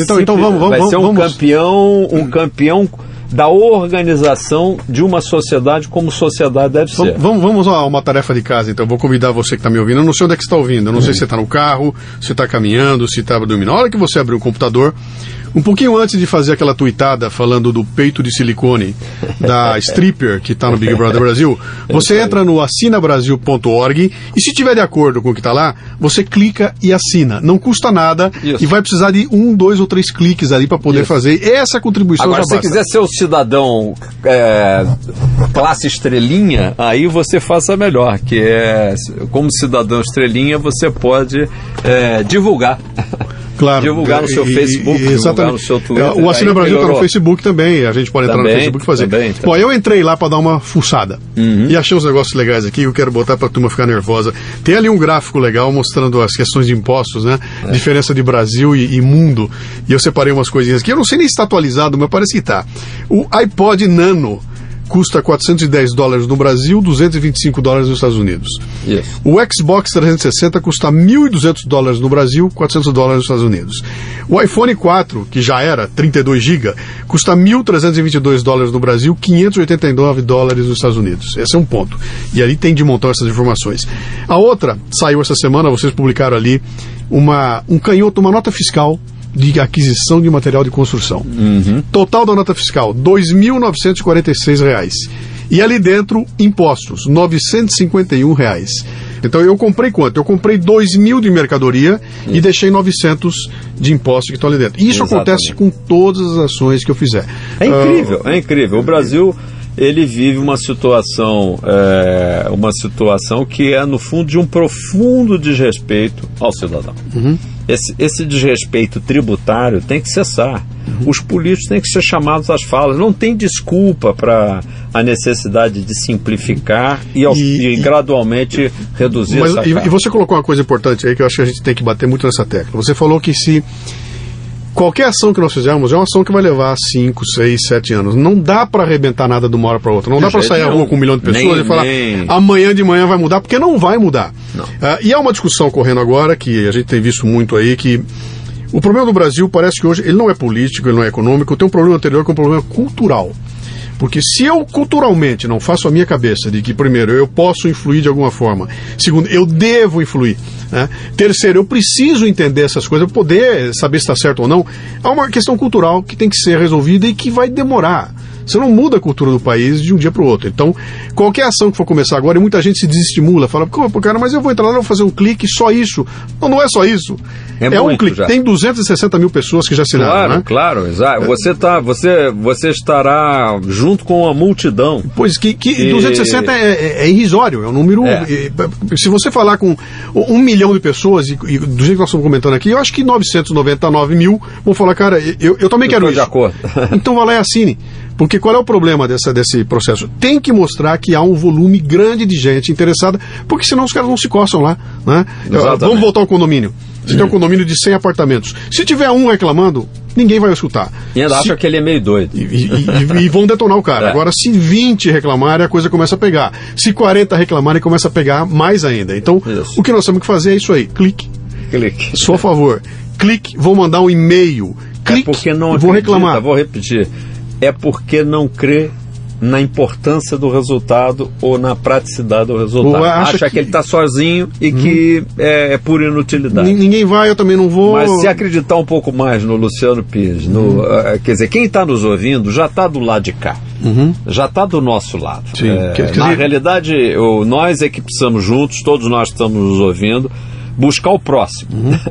um campeão da organização de uma sociedade como sociedade deve ser.
Vamos a uma tarefa de casa, então. Eu vou convidar você que está me ouvindo. Eu não sei onde é que você está ouvindo. Eu não sei se você está no carro, se está caminhando, se está dormindo. Na hora que você abrir o computador, um pouquinho antes de fazer aquela tuitada falando do peito de silicone da stripper que está no Big Brother Brasil, você entra no assinabrasil.org e, se tiver de acordo com o que está lá, você clica e assina. Não custa nada. Isso. E vai precisar de 1, 2 ou 3 cliques ali para poder fazer essa contribuição.
Agora, se você quiser ser o cidadão classe estrelinha, aí você faça melhor, que é, como cidadão estrelinha, você pode divulgar.
Claro.
Divulgar no seu Facebook, divulgar no seu Twitter.
O Assina Brasil está no Facebook também, a gente pode entrar no Facebook e fazer.
Também.
Bom, eu entrei lá para dar uma fuçada e achei uns negócios legais aqui que eu quero botar para a turma ficar nervosa. Tem ali um gráfico legal mostrando as questões de impostos, né? Diferença de Brasil e mundo. E eu separei umas coisinhas aqui, eu não sei nem se está atualizado, mas parece que está. O iPod Nano custa $410 no Brasil, $225 nos Estados Unidos.
Isso.
O Xbox 360 custa $1.200 no Brasil, $400 nos Estados Unidos. O iPhone 4, que já era 32 GB, custa $1.322 no Brasil, $589 nos Estados Unidos. Esse é um ponto. E ali tem de montão essas informações. A outra, saiu essa semana, vocês publicaram ali, um canhoto, uma nota fiscal de aquisição de material de construção. Total da nota fiscal, R$ 2.946. E ali dentro, impostos, R$ 951. Então eu comprei quanto? Eu comprei 2.000 de mercadoria e deixei 900 de impostos que estão ali dentro. E isso acontece com todas as ações que eu fizer.
É incrível, é incrível. O Brasil, ele vive uma situação que é, no fundo, de um profundo desrespeito ao cidadão. Esse desrespeito tributário tem que cessar. Os políticos têm que ser chamados às falas. Não tem desculpa para a necessidade de simplificar e gradualmente reduzir essa carga.
E você colocou uma coisa importante aí que eu acho que a gente tem que bater muito nessa tecla. Você falou que se qualquer ação que nós fizermos é uma ação que vai levar 5, 6, 7 anos. Não dá para arrebentar nada de uma hora para outra. Não dá para sair à rua com 1 milhão de pessoas e falar amanhã de manhã vai mudar, porque não vai mudar. E há uma discussão ocorrendo agora, que a gente tem visto muito aí, que o problema do Brasil parece que hoje ele não é político, ele não é econômico, tem um problema anterior que é um problema cultural. Porque se eu culturalmente não faço a minha cabeça de que, primeiro, eu posso influir de alguma forma, segundo, eu devo influir, né? Terceiro, eu preciso entender essas coisas, poder saber se está certo ou não, há uma questão cultural que tem que ser resolvida e que vai demorar. Você não muda a cultura do país de um dia para o outro. Então, qualquer ação que for começar agora, e muita gente se desestimula, fala, cara, mas eu vou entrar lá e vou fazer um clique, só isso. Não é só isso. É um clique. Já. Tem 260 mil pessoas que já assinaram,
claro,
né?
Claro, exato. Você estará junto com a multidão.
Pois, que 260 é irrisório, é um número... Se você falar com 1 milhão de pessoas, e do jeito que nós estamos comentando aqui, eu acho que 999 mil vão falar, cara, eu também quero isso.
De acordo.
Então vá lá e assine. Porque qual é o problema desse processo? Tem que mostrar que há um volume grande de gente interessada, porque senão os caras não se coçam lá, né? Vamos voltar ao condomínio. Você tem um condomínio de 100 apartamentos. Se tiver um reclamando, ninguém vai escutar.
E ainda acha que ele é meio doido.
E vão detonar o cara. Agora, se 20 reclamarem, a coisa começa a pegar. Se 40 reclamarem, começa a pegar mais ainda. Então, o que nós temos que fazer é isso aí. Clique. Só a favor. Clique, vou mandar um e-mail. Clique,
porque não
vou reclamar.
Vou repetir. É porque não crê na importância do resultado ou na praticidade do resultado. Acha que ele está sozinho e que é pura inutilidade.
Ninguém vai, eu também não vou.
Mas se acreditar um pouco mais no Luciano Pires, quer dizer, quem está nos ouvindo já está do lado de cá. Já está do nosso lado. Na realidade, nós é que precisamos juntos, todos nós estamos nos ouvindo, buscar o próximo.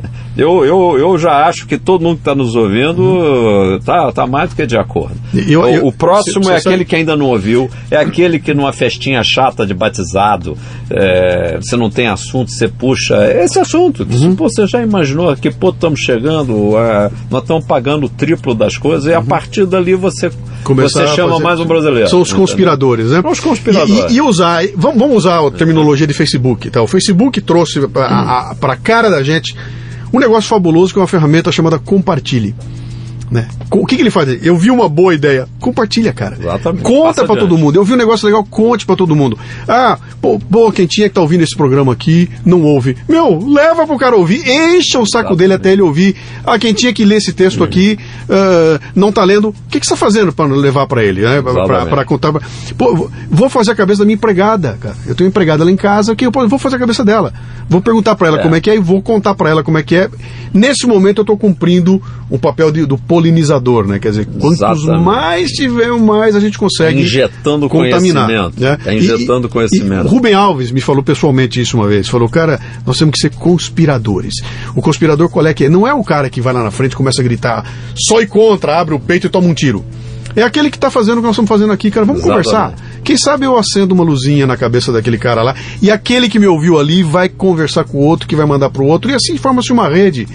Eu já acho que todo mundo que está nos ouvindo está mais do que de acordo. O próximo é aquele que ainda não ouviu, é aquele que numa festinha chata de batizado, você não tem assunto, você puxa esse assunto. Você já imaginou a que ponto estamos chegando? Nós estamos pagando o triplo das coisas e a partir dali você chama mais um brasileiro.
São os conspiradores, né?
Os conspiradores.
Vamos usar a terminologia de Facebook. Tá? O Facebook trouxe para a cara da gente um negócio fabuloso que é uma ferramenta chamada Compartilhe. Né? O que ele faz? Eu vi uma boa ideia, compartilha, cara.
Exatamente.
Conta pra todo mundo. Eu vi um negócio legal, conte pra todo mundo. Quem tinha que tá ouvindo esse programa aqui, não ouve. Leva pro cara ouvir, encha o saco dele até ele ouvir. Quem tinha que ler esse texto aqui, não tá lendo, o que você tá fazendo pra levar pra ele? Né? Pra contar. Vou fazer a cabeça da minha empregada, cara. Eu tenho uma empregada lá em casa, vou fazer a cabeça dela. Vou perguntar pra ela como é que é e vou contar pra ela como é que é. Nesse momento eu tô cumprindo o papel do polinizador, né? Quer dizer, quantos mais tiver, mais a gente consegue
injetando
contaminar.
Conhecimento. Né? Injetando conhecimento.
Rubem Alves me falou pessoalmente isso uma vez. Falou, cara, nós temos que ser conspiradores. O conspirador qual é que é? Não é o cara que vai lá na frente e começa a gritar só e contra, abre o peito e toma um tiro. É aquele que está fazendo o que nós estamos fazendo aqui, cara. Vamos conversar. Quem sabe eu acendo uma luzinha na cabeça daquele cara lá e aquele que me ouviu ali vai conversar com o outro, que vai mandar para o outro, e assim forma-se uma rede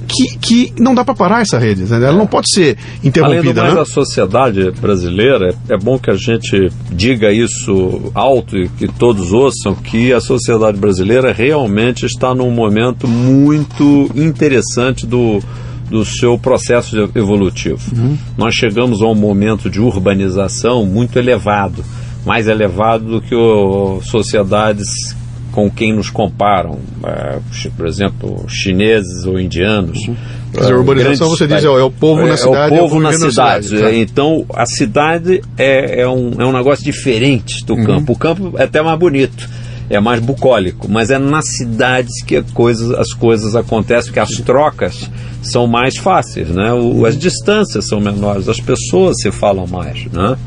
que não dá para parar essa rede, né? Ela não pode ser interrompida.
Além do mais,
né?
a sociedade brasileira, é bom que a gente diga isso alto e que todos ouçam, que a sociedade brasileira realmente está num momento muito interessante do seu processo evolutivo. Nós chegamos a um momento de urbanização muito elevado, mais elevado do que sociedades com quem nos comparam, por exemplo, chineses ou indianos.
Quer dizer, a urbanização, você diz, é o povo na cidade.
É o povo na cidade. Então, a cidade é um negócio diferente do campo. O campo é até mais bonito, é mais bucólico, mas é nas cidades que as coisas acontecem, porque as trocas são mais fáceis, né? As distâncias são menores, as pessoas se falam mais, né?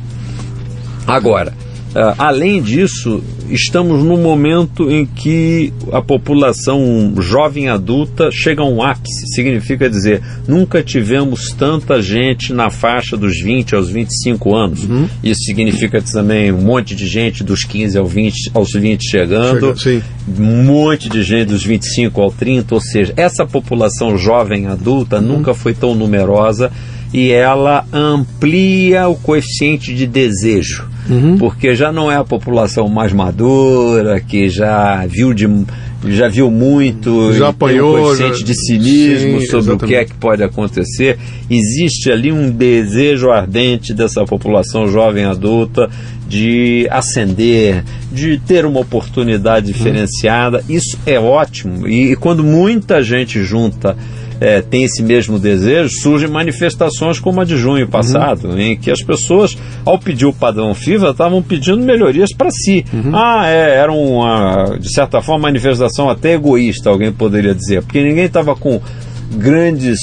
Agora, além disso, estamos num momento em que a população jovem adulta chega a um ápice. Significa dizer, nunca tivemos tanta gente na faixa dos 20 aos 25 anos. Isso significa também um monte de gente dos 15 aos 20 chegando, um monte de gente dos 25 ao 30, ou seja, essa população jovem adulta nunca foi tão numerosa e ela amplia o coeficiente de desejo. Porque já não é a população mais madura, que já viu muito,
já apanhou,
tem um coeficiente de cinismo sobre o que é que pode acontecer. Existe ali um desejo ardente dessa população jovem adulta de ascender, de ter uma oportunidade diferenciada. Isso é ótimo. E quando muita gente junta tem esse mesmo desejo, surgem manifestações como a de junho passado, em que as pessoas, ao pedir o padrão FIFA, estavam pedindo melhorias para si. Era de certa forma, uma manifestação até egoísta, alguém poderia dizer, porque ninguém estava com grandes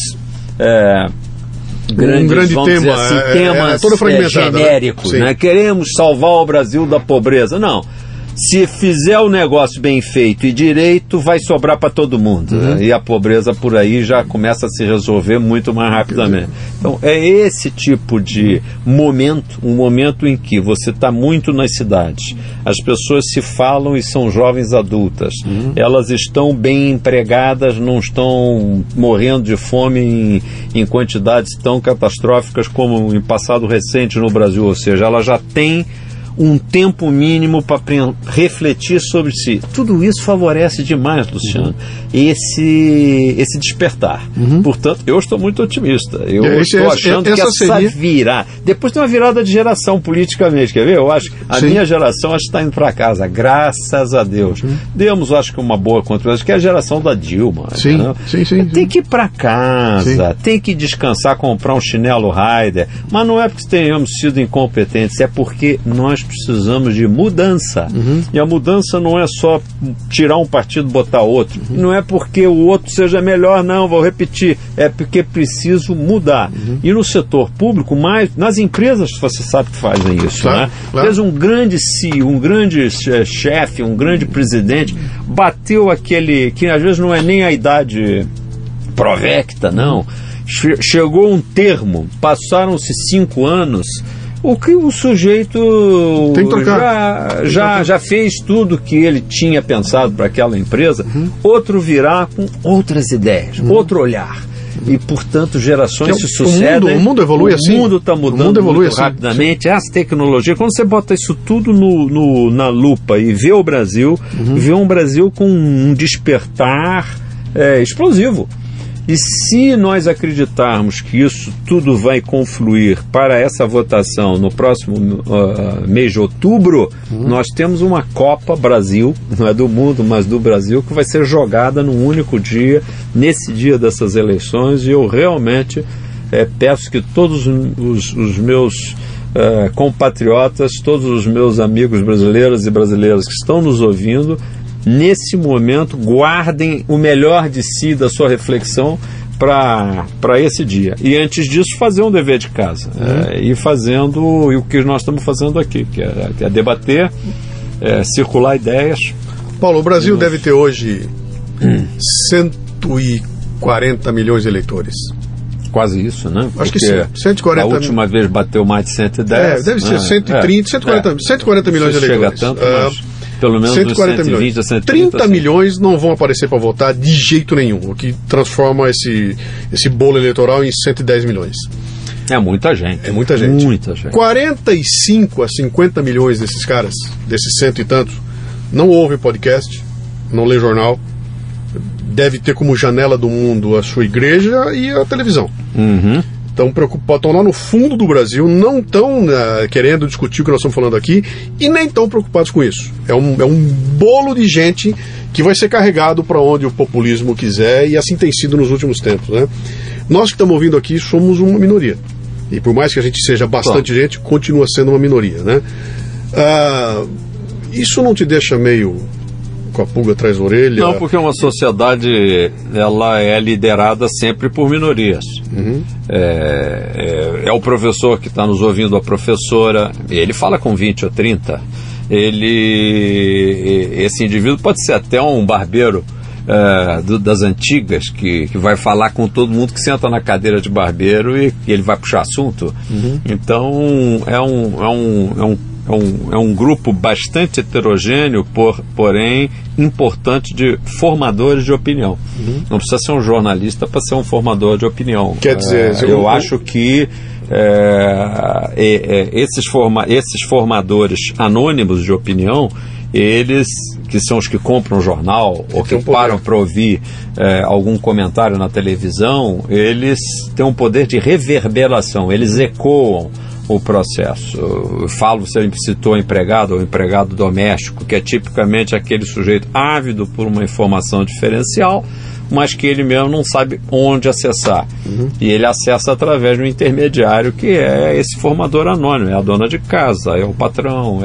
tema,
assim, temas genéricos, né? Queremos salvar o Brasil da pobreza. Não. Se fizer o negócio bem feito e direito, vai sobrar para todo mundo. Né? E a pobreza por aí já começa a se resolver muito mais rapidamente. Então, é esse tipo de momento, um momento em que você está muito nas cidades. As pessoas se falam e são jovens adultas. Elas estão bem empregadas, não estão morrendo de fome em quantidades tão catastróficas como em passado recente no Brasil. Ou seja, elas já têm um tempo mínimo para refletir sobre si. Tudo isso favorece demais, Luciano, esse despertar. Portanto, eu estou muito otimista. Eu estou achando que essa virada... Depois tem uma virada de geração politicamente, quer ver? Eu acho que a minha geração está indo para casa, graças a Deus. Demos, acho que uma boa contribuição, que é a geração da Dilma.
Sim.
Tem que ir para casa, tem que descansar, comprar um chinelo Raider, mas não é porque tenhamos sido incompetentes, é porque nós precisamos de mudança. E a mudança não é só tirar um partido e botar outro. E não é porque o outro seja melhor, não, vou repetir. É porque preciso mudar. E no setor público, mais nas empresas, você sabe que fazem isso, né? Fez um grande CEO, um grande chefe, um grande presidente, bateu aquele, que às vezes não é nem a idade provecta, não. Chegou um termo, passaram-se 5 anos, o que o sujeito já fez tudo que ele tinha pensado para aquela empresa, outro virá com outras ideias, outro olhar. E, portanto, gerações se sucedem.
O mundo evolui assim.
O mundo está mudando muito rapidamente. As tecnologias, quando você bota isso tudo na lupa e vê o Brasil, vê um Brasil com um despertar explosivo. E se nós acreditarmos que isso tudo vai confluir para essa votação no próximo mês de outubro, nós temos uma Copa Brasil, não é do mundo, mas do Brasil, que vai ser jogada num único dia, nesse dia dessas eleições, e eu realmente peço que todos os meus compatriotas, todos os meus amigos brasileiros e brasileiras que estão nos ouvindo, nesse momento, guardem o melhor de si, da sua reflexão, para esse dia. E antes disso, fazer um dever de casa. E fazendo o que nós estamos fazendo aqui, que é debater, circular ideias.
Paulo, o Brasil deve ter hoje 140 milhões de eleitores.
Quase isso, né?
Acho que sim. 140
a última vez bateu mais de 110.
Deve ser 130, 140 milhões de eleitores.
Chega tanto, mas... Pelo menos
140
120
milhões.
a 130,
30 milhões não vão aparecer para votar de jeito nenhum, o que transforma esse bolo eleitoral em 110 milhões.
É muita gente.
É muita gente.
Muita gente.
45 a 50 milhões desses caras, desses cento e tantos, não ouvem podcast, não lê jornal, deve ter como janela do mundo a sua igreja e a televisão.
Uhum.
Estão preocupados, estão lá no fundo do Brasil, não estão querendo discutir o que nós estamos falando aqui e nem estão preocupados com isso. É um bolo de gente que vai ser carregado para onde o populismo quiser, e assim tem sido nos últimos tempos, né? Nós que estamos ouvindo aqui somos uma minoria. E por mais que a gente seja bastante gente, continua sendo uma minoria, né? Isso não te deixa meio com a pulga atrás da orelha?
Não, porque uma sociedade, ela é liderada sempre por minorias.
Uhum.
É o professor que está nos ouvindo, a professora, ele fala com 20 ou 30. Esse indivíduo pode ser até um barbeiro das antigas, que vai falar com todo mundo que senta na cadeira de barbeiro e ele vai puxar assunto. Uhum. Então é um grupo bastante heterogêneo, porém importante, de formadores de opinião. Uhum. Não precisa ser um jornalista para ser um formador de opinião.
Quer dizer,
eu acho que esses formadores anônimos de opinião, eles que são os que compram o jornal ou que param para ouvir algum comentário na televisão, eles têm um poder de reverberação, eles ecoam o processo. Eu falo, você citou empregado ou empregado doméstico, que é tipicamente aquele sujeito ávido por uma informação diferencial, mas que ele mesmo não sabe onde acessar. Uhum. E ele acessa através de um intermediário, que é esse formador anônimo, é a dona de casa, é o patrão,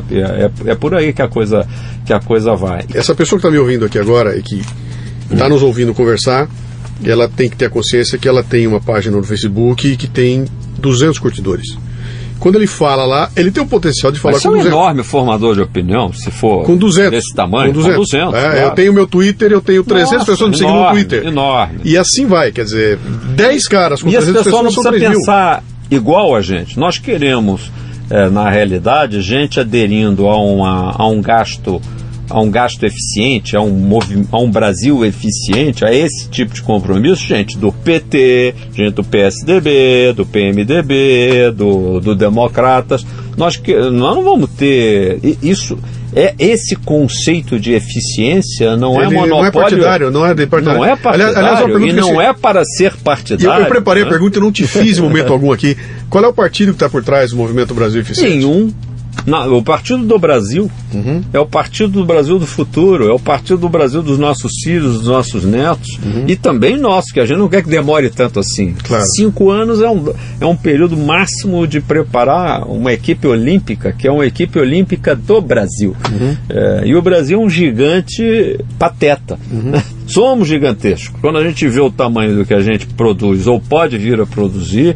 é por aí que a coisa vai.
Essa pessoa que está me ouvindo aqui agora e que está nos ouvindo conversar, ela tem que ter a consciência que ela tem uma página no Facebook e que tem 200 curtidores. Quando ele fala lá, ele tem o potencial de falar
com 200. Mas é um enorme formador de opinião, se for
com 200,
desse tamanho.
Com 200.
Claro.
Eu tenho meu Twitter, eu tenho 300 pessoas me seguindo no Twitter.
Enorme.
E assim vai, quer dizer, 10 caras com 300 pessoas
não precisa pensar igual a gente. Nós queremos, na realidade, gente aderindo a um gasto eficiente, a um Brasil eficiente, a esse tipo de compromisso, gente do PT, gente do PSDB, do PMDB, do Democratas. Nós não vamos ter isso. Esse conceito de eficiência não é monopólio.
Não é partidário, não é de partidário.
Não é partidário, aliás, e não é para ser partidário.
Eu preparei a pergunta e não te fiz em momento algum aqui. Qual é o partido que está por trás do Movimento Brasil Eficiente?
Nenhum. Não, o Partido do Brasil é o Partido do Brasil do futuro, é o Partido do Brasil dos nossos filhos, dos nossos netos, e também nosso, que a gente não quer que demore tanto assim.
Claro.
5 anos é um período máximo de preparar uma equipe olímpica, que é uma equipe olímpica do Brasil. E o Brasil é um gigante pateta. Somos gigantescos. Quando a gente vê o tamanho do que a gente produz ou pode vir a produzir,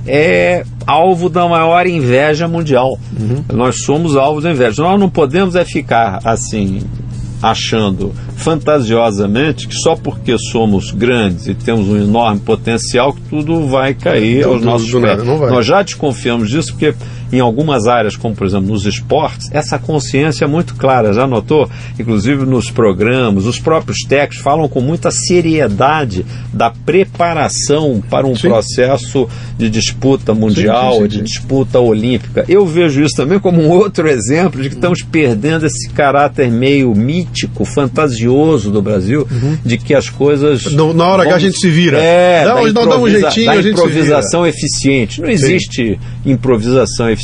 é alvo da maior inveja mundial. Nós somos alvo da inveja. Nós não podemos ficar assim, achando fantasiosamente que só porque somos grandes e temos um enorme potencial que tudo vai cair aos nossos pés. Nós já desconfiamos disso porque em algumas áreas, como por exemplo nos esportes, essa consciência é muito clara, já notou? Inclusive nos programas, os próprios técnicos falam com muita seriedade da preparação para um processo de disputa mundial, de disputa olímpica. Eu vejo isso também como um outro exemplo de que estamos perdendo esse caráter meio mítico, fantasioso do Brasil, de que as coisas...
Na hora que a gente se vira.
Dá um jeitinho, a gente improvisação eficiente. Não existe improvisação eficiente.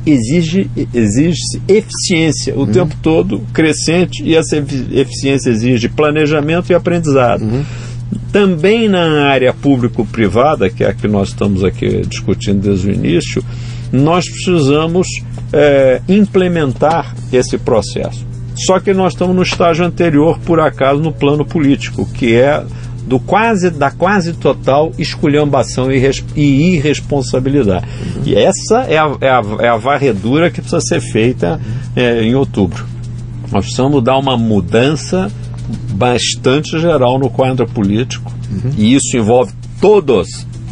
Exige-se eficiência o tempo todo, crescente, e essa eficiência exige planejamento e aprendizado. Também na área público-privada, que é a que nós estamos aqui discutindo desde o início, nós precisamos implementar esse processo. Só que nós estamos no estágio anterior, por acaso, no plano político, que é da quase total esculhambação e irresponsabilidade. E essa é a varredura que precisa ser feita em outubro. Nós precisamos dar uma mudança bastante geral no quadro político, e isso envolve todos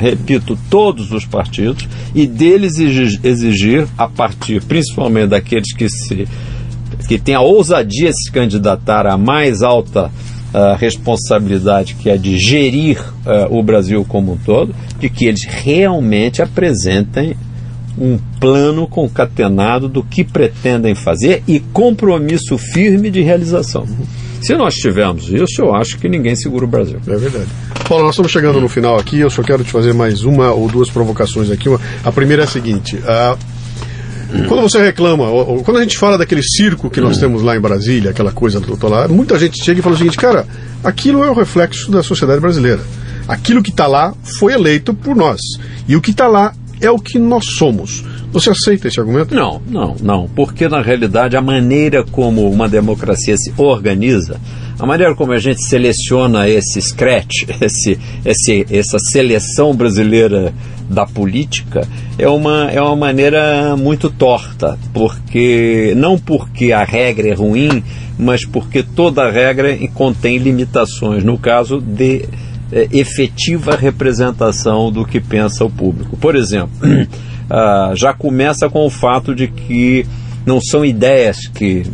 os partidos, e deles exigir, a partir principalmente daqueles que se que tem a ousadia de se candidatar à mais alta responsabilidade, que é de gerir o Brasil como um todo, de que eles realmente apresentem um plano concatenado do que pretendem fazer e compromisso firme de realização. Se nós tivermos isso, eu acho que ninguém segura o Brasil.
É verdade. Paulo, nós estamos chegando no final aqui, eu só quero te fazer mais uma ou duas provocações aqui. A primeira é a seguinte: quando você reclama, ou quando a gente fala daquele circo que nós temos lá em Brasília, aquela coisa do lá, muita gente chega e fala o seguinte: cara, aquilo é o reflexo da sociedade brasileira. Aquilo que está lá foi eleito por nós. E o que está lá é o que nós somos. Você aceita esse argumento?
Não, porque na realidade a maneira como uma democracia se organiza, a maneira como a gente seleciona esse scratch, essa seleção brasileira da política, é uma maneira muito torta, não porque a regra é ruim, mas porque toda regra contém limitações, no caso de efetiva representação do que pensa o público. Por exemplo, já começa com o fato de que não são ideias que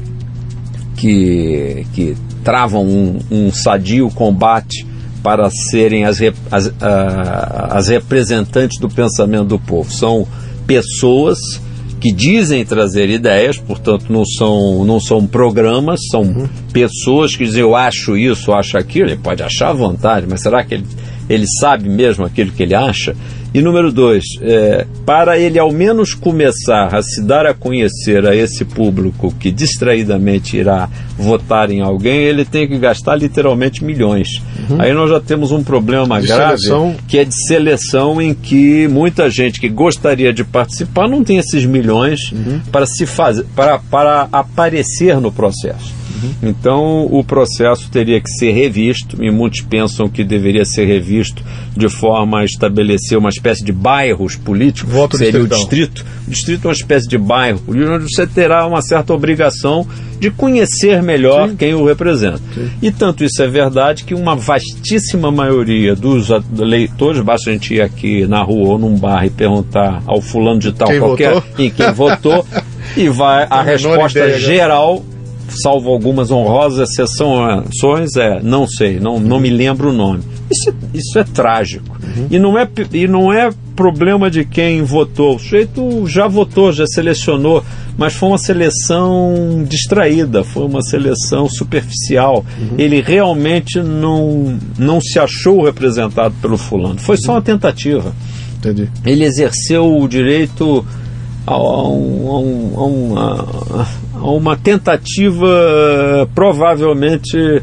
travam um sadio combate para serem as representantes do pensamento do povo. São pessoas que dizem trazer ideias, portanto não são programas, são pessoas que dizem eu acho isso, eu acho aquilo. Ele pode achar à vontade, mas será que ele sabe mesmo aquilo que ele acha? E número 2, para ele ao menos começar a se dar a conhecer a esse público que distraidamente irá votar em alguém, ele tem que gastar literalmente milhões. Aí nós já temos um problema grave, que é de seleção, em que muita gente que gostaria de participar não tem esses milhões para se fazer, para aparecer no processo. Então o processo teria que ser revisto, e muitos pensam que deveria ser revisto de forma a estabelecer uma espécie de bairros políticos, que seria o distrito. O distrito é uma espécie de bairro político, onde você terá uma certa obrigação de conhecer melhor quem o representa. E tanto isso é verdade que uma vastíssima maioria dos eleitores, basta a gente ir aqui na rua ou num bar e perguntar ao fulano de tal em quem votou, e a resposta geral, salvo algumas honrosas exceções, não sei, não me lembro o nome. Isso é trágico. E não é problema de quem votou. O sujeito já votou, já selecionou, mas foi uma seleção distraída, foi uma seleção superficial. Ele realmente não se achou representado pelo fulano. Foi só uma tentativa.
Entendi.
Ele exerceu o direito a uma tentativa provavelmente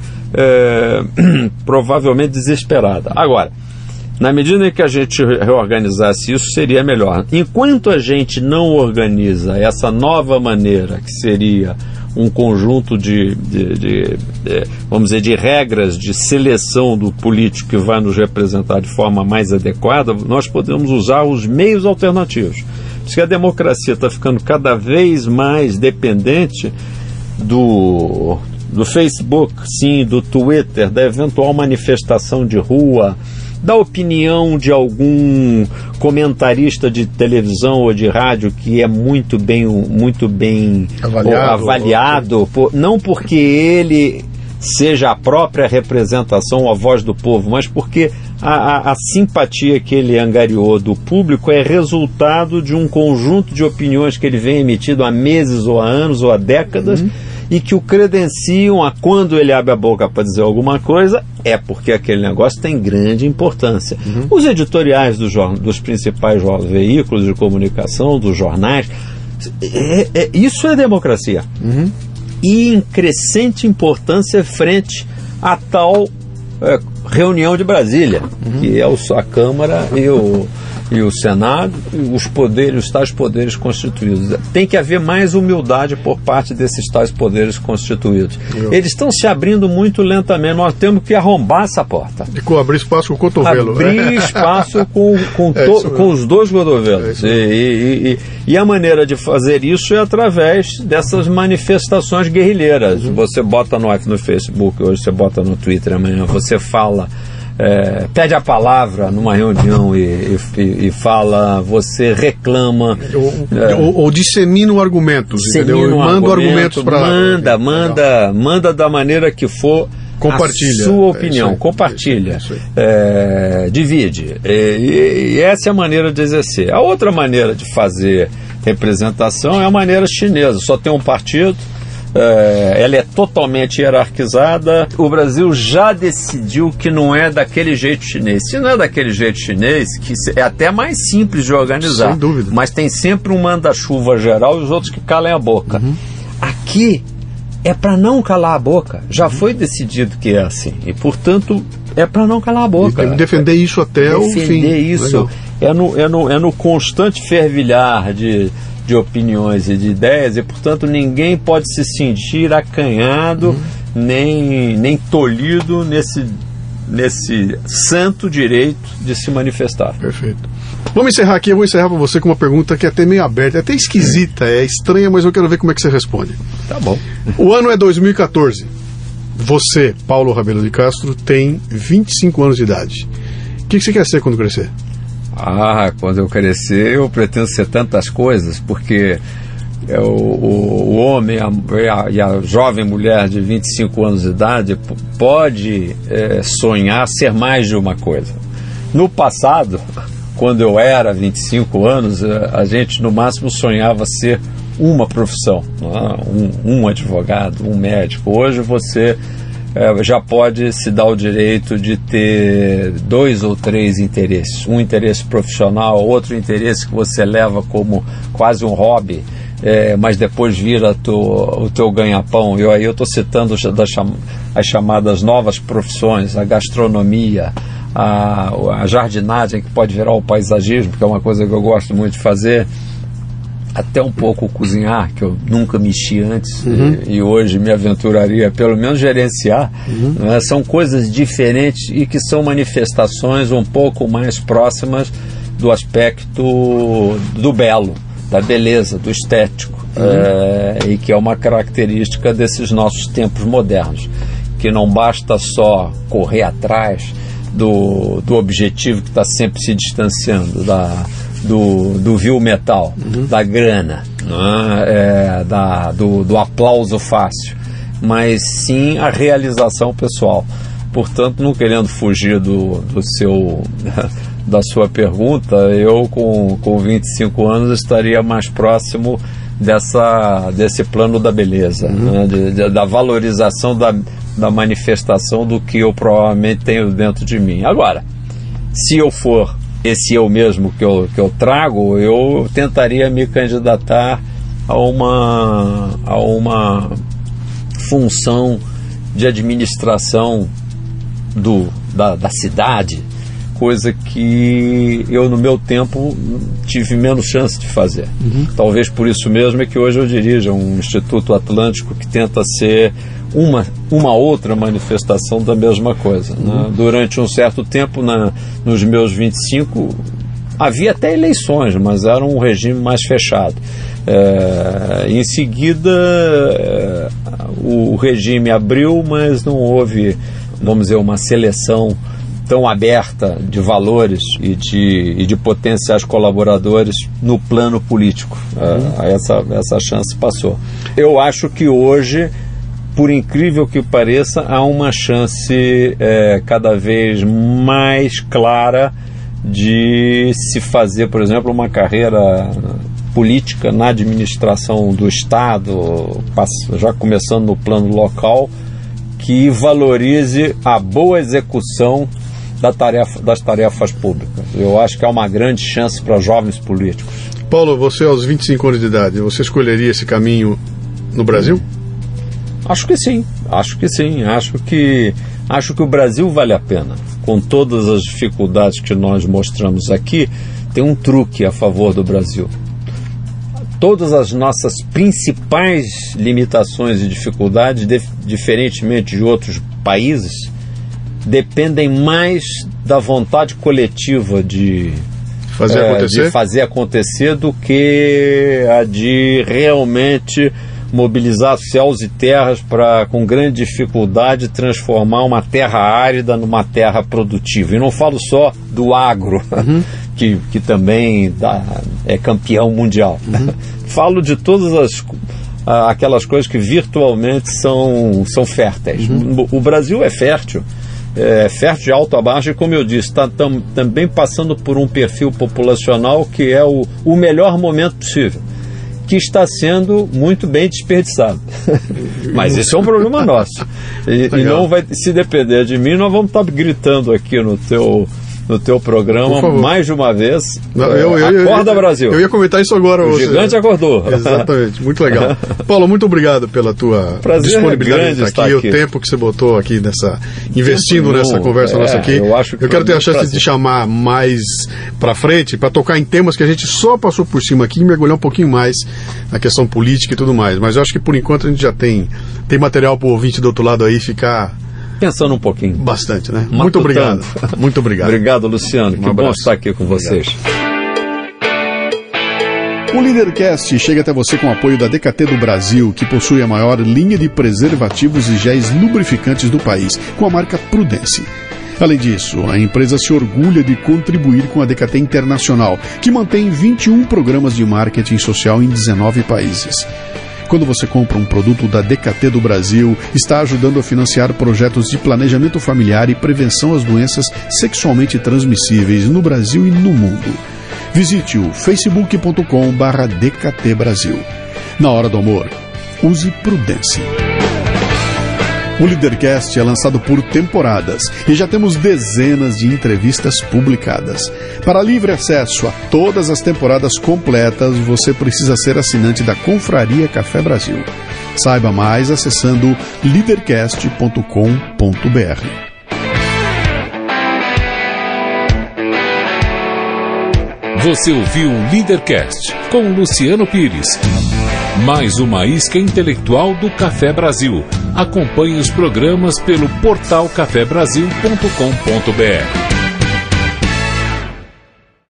desesperada. Agora, na medida em que a gente reorganizasse isso, seria melhor. Enquanto a gente não organiza essa nova maneira, que seria um conjunto vamos dizer, de regras de seleção do político que vai nos representar de forma mais adequada, nós podemos usar os meios alternativos. Porque a democracia está ficando cada vez mais dependente do Facebook, sim, do Twitter, da eventual manifestação de rua, da opinião de algum comentarista de televisão ou de rádio que é muito bem avaliado não porque ele seja a própria representação, a voz do povo, mas porque a simpatia que ele angariou do público é resultado de um conjunto de opiniões que ele vem emitindo há meses ou há anos ou há décadas, e que o credenciam a quando ele abre a boca para dizer alguma coisa, é porque aquele negócio tem grande importância. Os editoriais dos principais veículos de comunicação, dos jornais, isso é democracia. E em crescente importância frente à tal reunião de Brasília, que é a Câmara e o Senado, os tais poderes constituídos. Tem que haver mais humildade por parte desses tais poderes constituídos. Eles estão se abrindo muito lentamente. Nós temos que arrombar essa porta.
E abrir espaço com o cotovelo.
Abrir espaço com os dois cotovelos. E a maneira de fazer isso é através dessas manifestações guerrilheiras. Você bota no Facebook, hoje você bota no Twitter, amanhã você fala pede a palavra numa reunião e fala, você reclama.
Ou dissemina o argumento, entendeu? Manda argumentos para...
Manda da maneira que for.
Compartilha.
A sua opinião, compartilha, divide. E essa é a maneira de exercer. A outra maneira de fazer representação é a maneira chinesa. Só tem um partido, ela é totalmente hierarquizada. O Brasil já decidiu que não é daquele jeito chinês. Se não é daquele jeito chinês, que é até mais simples de organizar.
Sem dúvida.
Mas tem sempre um manda-chuva geral e os outros que calem a boca. Aqui é para não calar a boca. Já foi decidido que é assim. E, portanto, é para não calar a boca.
E tem que defender isso até o fim.
Defender isso. É no constante fervilhar de opiniões e de ideias. E, portanto, ninguém pode se sentir acanhado, nem tolhido nesse santo direito de se manifestar.
Perfeito. Vamos encerrar aqui. Eu vou encerrar para você com uma pergunta que é até meio aberta, é até esquisita, é estranha, mas eu quero ver como é que você responde.
Tá bom.
O ano é 2014. Você, Paulo Rabelo de Castro, tem 25 anos de idade. O que você quer ser quando crescer?
Quando eu crescer, eu pretendo ser tantas coisas, porque o homem e a jovem mulher de 25 anos de idade pode sonhar ser mais de uma coisa. No passado, quando eu era 25 anos, a gente no máximo sonhava ser uma profissão, um advogado, um médico. Hoje você já pode se dar o direito de ter 2 ou 3 interesses. Um interesse profissional, outro interesse que você leva como quase um hobby, mas depois vira o teu ganha-pão. Eu estou citando as chamadas novas profissões, a gastronomia, a jardinagem, que pode virar o paisagismo, que é uma coisa que eu gosto muito de fazer, até um pouco cozinhar, que eu nunca mexi antes, e hoje me aventuraria pelo menos gerenciar. São coisas diferentes e que são manifestações um pouco mais próximas do aspecto do belo, da beleza, do estético, e que é uma característica desses nossos tempos modernos, que não basta só correr atrás do objetivo que está sempre se distanciando do vil metal, da grana, do aplauso fácil, mas sim a realização pessoal. Portanto, não querendo fugir da sua pergunta, eu com 25 anos estaria mais próximo desse plano da beleza, da valorização da manifestação do que eu provavelmente tenho dentro de mim. Agora, se eu for esse eu mesmo que eu trago, eu tentaria me candidatar a uma função de administração da cidade, coisa que eu no meu tempo tive menos chance de fazer. Talvez por isso mesmo é que hoje eu dirijo um Instituto Atlântico que tenta ser uma outra manifestação da mesma coisa. Durante um certo tempo, nos meus 25, havia até eleições, mas era um regime mais fechado. Em seguida, o regime abriu, mas não houve, vamos dizer, uma seleção tão aberta de valores e de potenciais colaboradores no plano político. Essa chance passou. Eu acho que hoje, por incrível que pareça, há uma chance cada vez mais clara de se fazer, por exemplo, uma carreira política na administração do Estado, já começando no plano local, que valorize a boa execução das tarefas públicas. Eu acho que há uma grande chance para jovens políticos.
Paulo, você aos 25 anos de idade, você escolheria esse caminho no Brasil?
Acho que sim. Acho que o Brasil vale a pena. Com todas as dificuldades que nós mostramos aqui, tem um truque a favor do Brasil. Todas as nossas principais limitações e dificuldades, diferentemente de outros países, dependem mais da vontade coletiva de fazer acontecer do que a de realmente mobilizar céus e terras para, com grande dificuldade, transformar uma terra árida numa terra produtiva. E não falo só do agro, que também é campeão mundial. Falo de todas aquelas coisas que virtualmente são férteis. O Brasil é fértil de alto a baixo, e como eu disse, está também passando por um perfil populacional que é o melhor momento possível, que está sendo muito bem desperdiçado. Mas isso é um problema nosso. E não vai, se depender de mim, nós vamos estar gritando aqui no teu programa mais de uma vez. Acorda, Brasil.
Eu ia comentar isso agora.
O gigante acordou.
Exatamente, muito legal. Paulo, muito obrigado pela tua disponibilidade de estar aqui. O tempo que você botou aqui investindo nessa conversa nossa aqui. Eu quero ter a chance de te chamar mais pra frente, para tocar em temas que a gente só passou por cima aqui e mergulhar um pouquinho mais na questão política e tudo mais. Mas eu acho que por enquanto a gente já tem material pro ouvinte do outro lado aí ficar
pensando um pouquinho.
Bastante, né? Muito obrigado. Muito obrigado.
Obrigado, Luciano. Que bom estar aqui com vocês.
O Leadercast chega até você com o apoio da DKT do Brasil, que possui a maior linha de preservativos e géis lubrificantes do país, com a marca Prudence. Além disso, a empresa se orgulha de contribuir com a DKT Internacional, que mantém 21 programas de marketing social em 19 países. Quando você compra um produto da DKT do Brasil, está ajudando a financiar projetos de planejamento familiar e prevenção às doenças sexualmente transmissíveis no Brasil e no mundo. Visite o facebook.com/DKT Brasil. Na hora do amor, use Prudence. O Leadercast é lançado por temporadas e já temos dezenas de entrevistas publicadas. Para livre acesso a todas as temporadas completas, você precisa ser assinante da Confraria Café Brasil. Saiba mais acessando leadercast.com.br.
Você ouviu o Leadercast com Luciano Pires. Mais uma isca intelectual do Café Brasil. Acompanhe os programas pelo portal cafebrasil.com.br.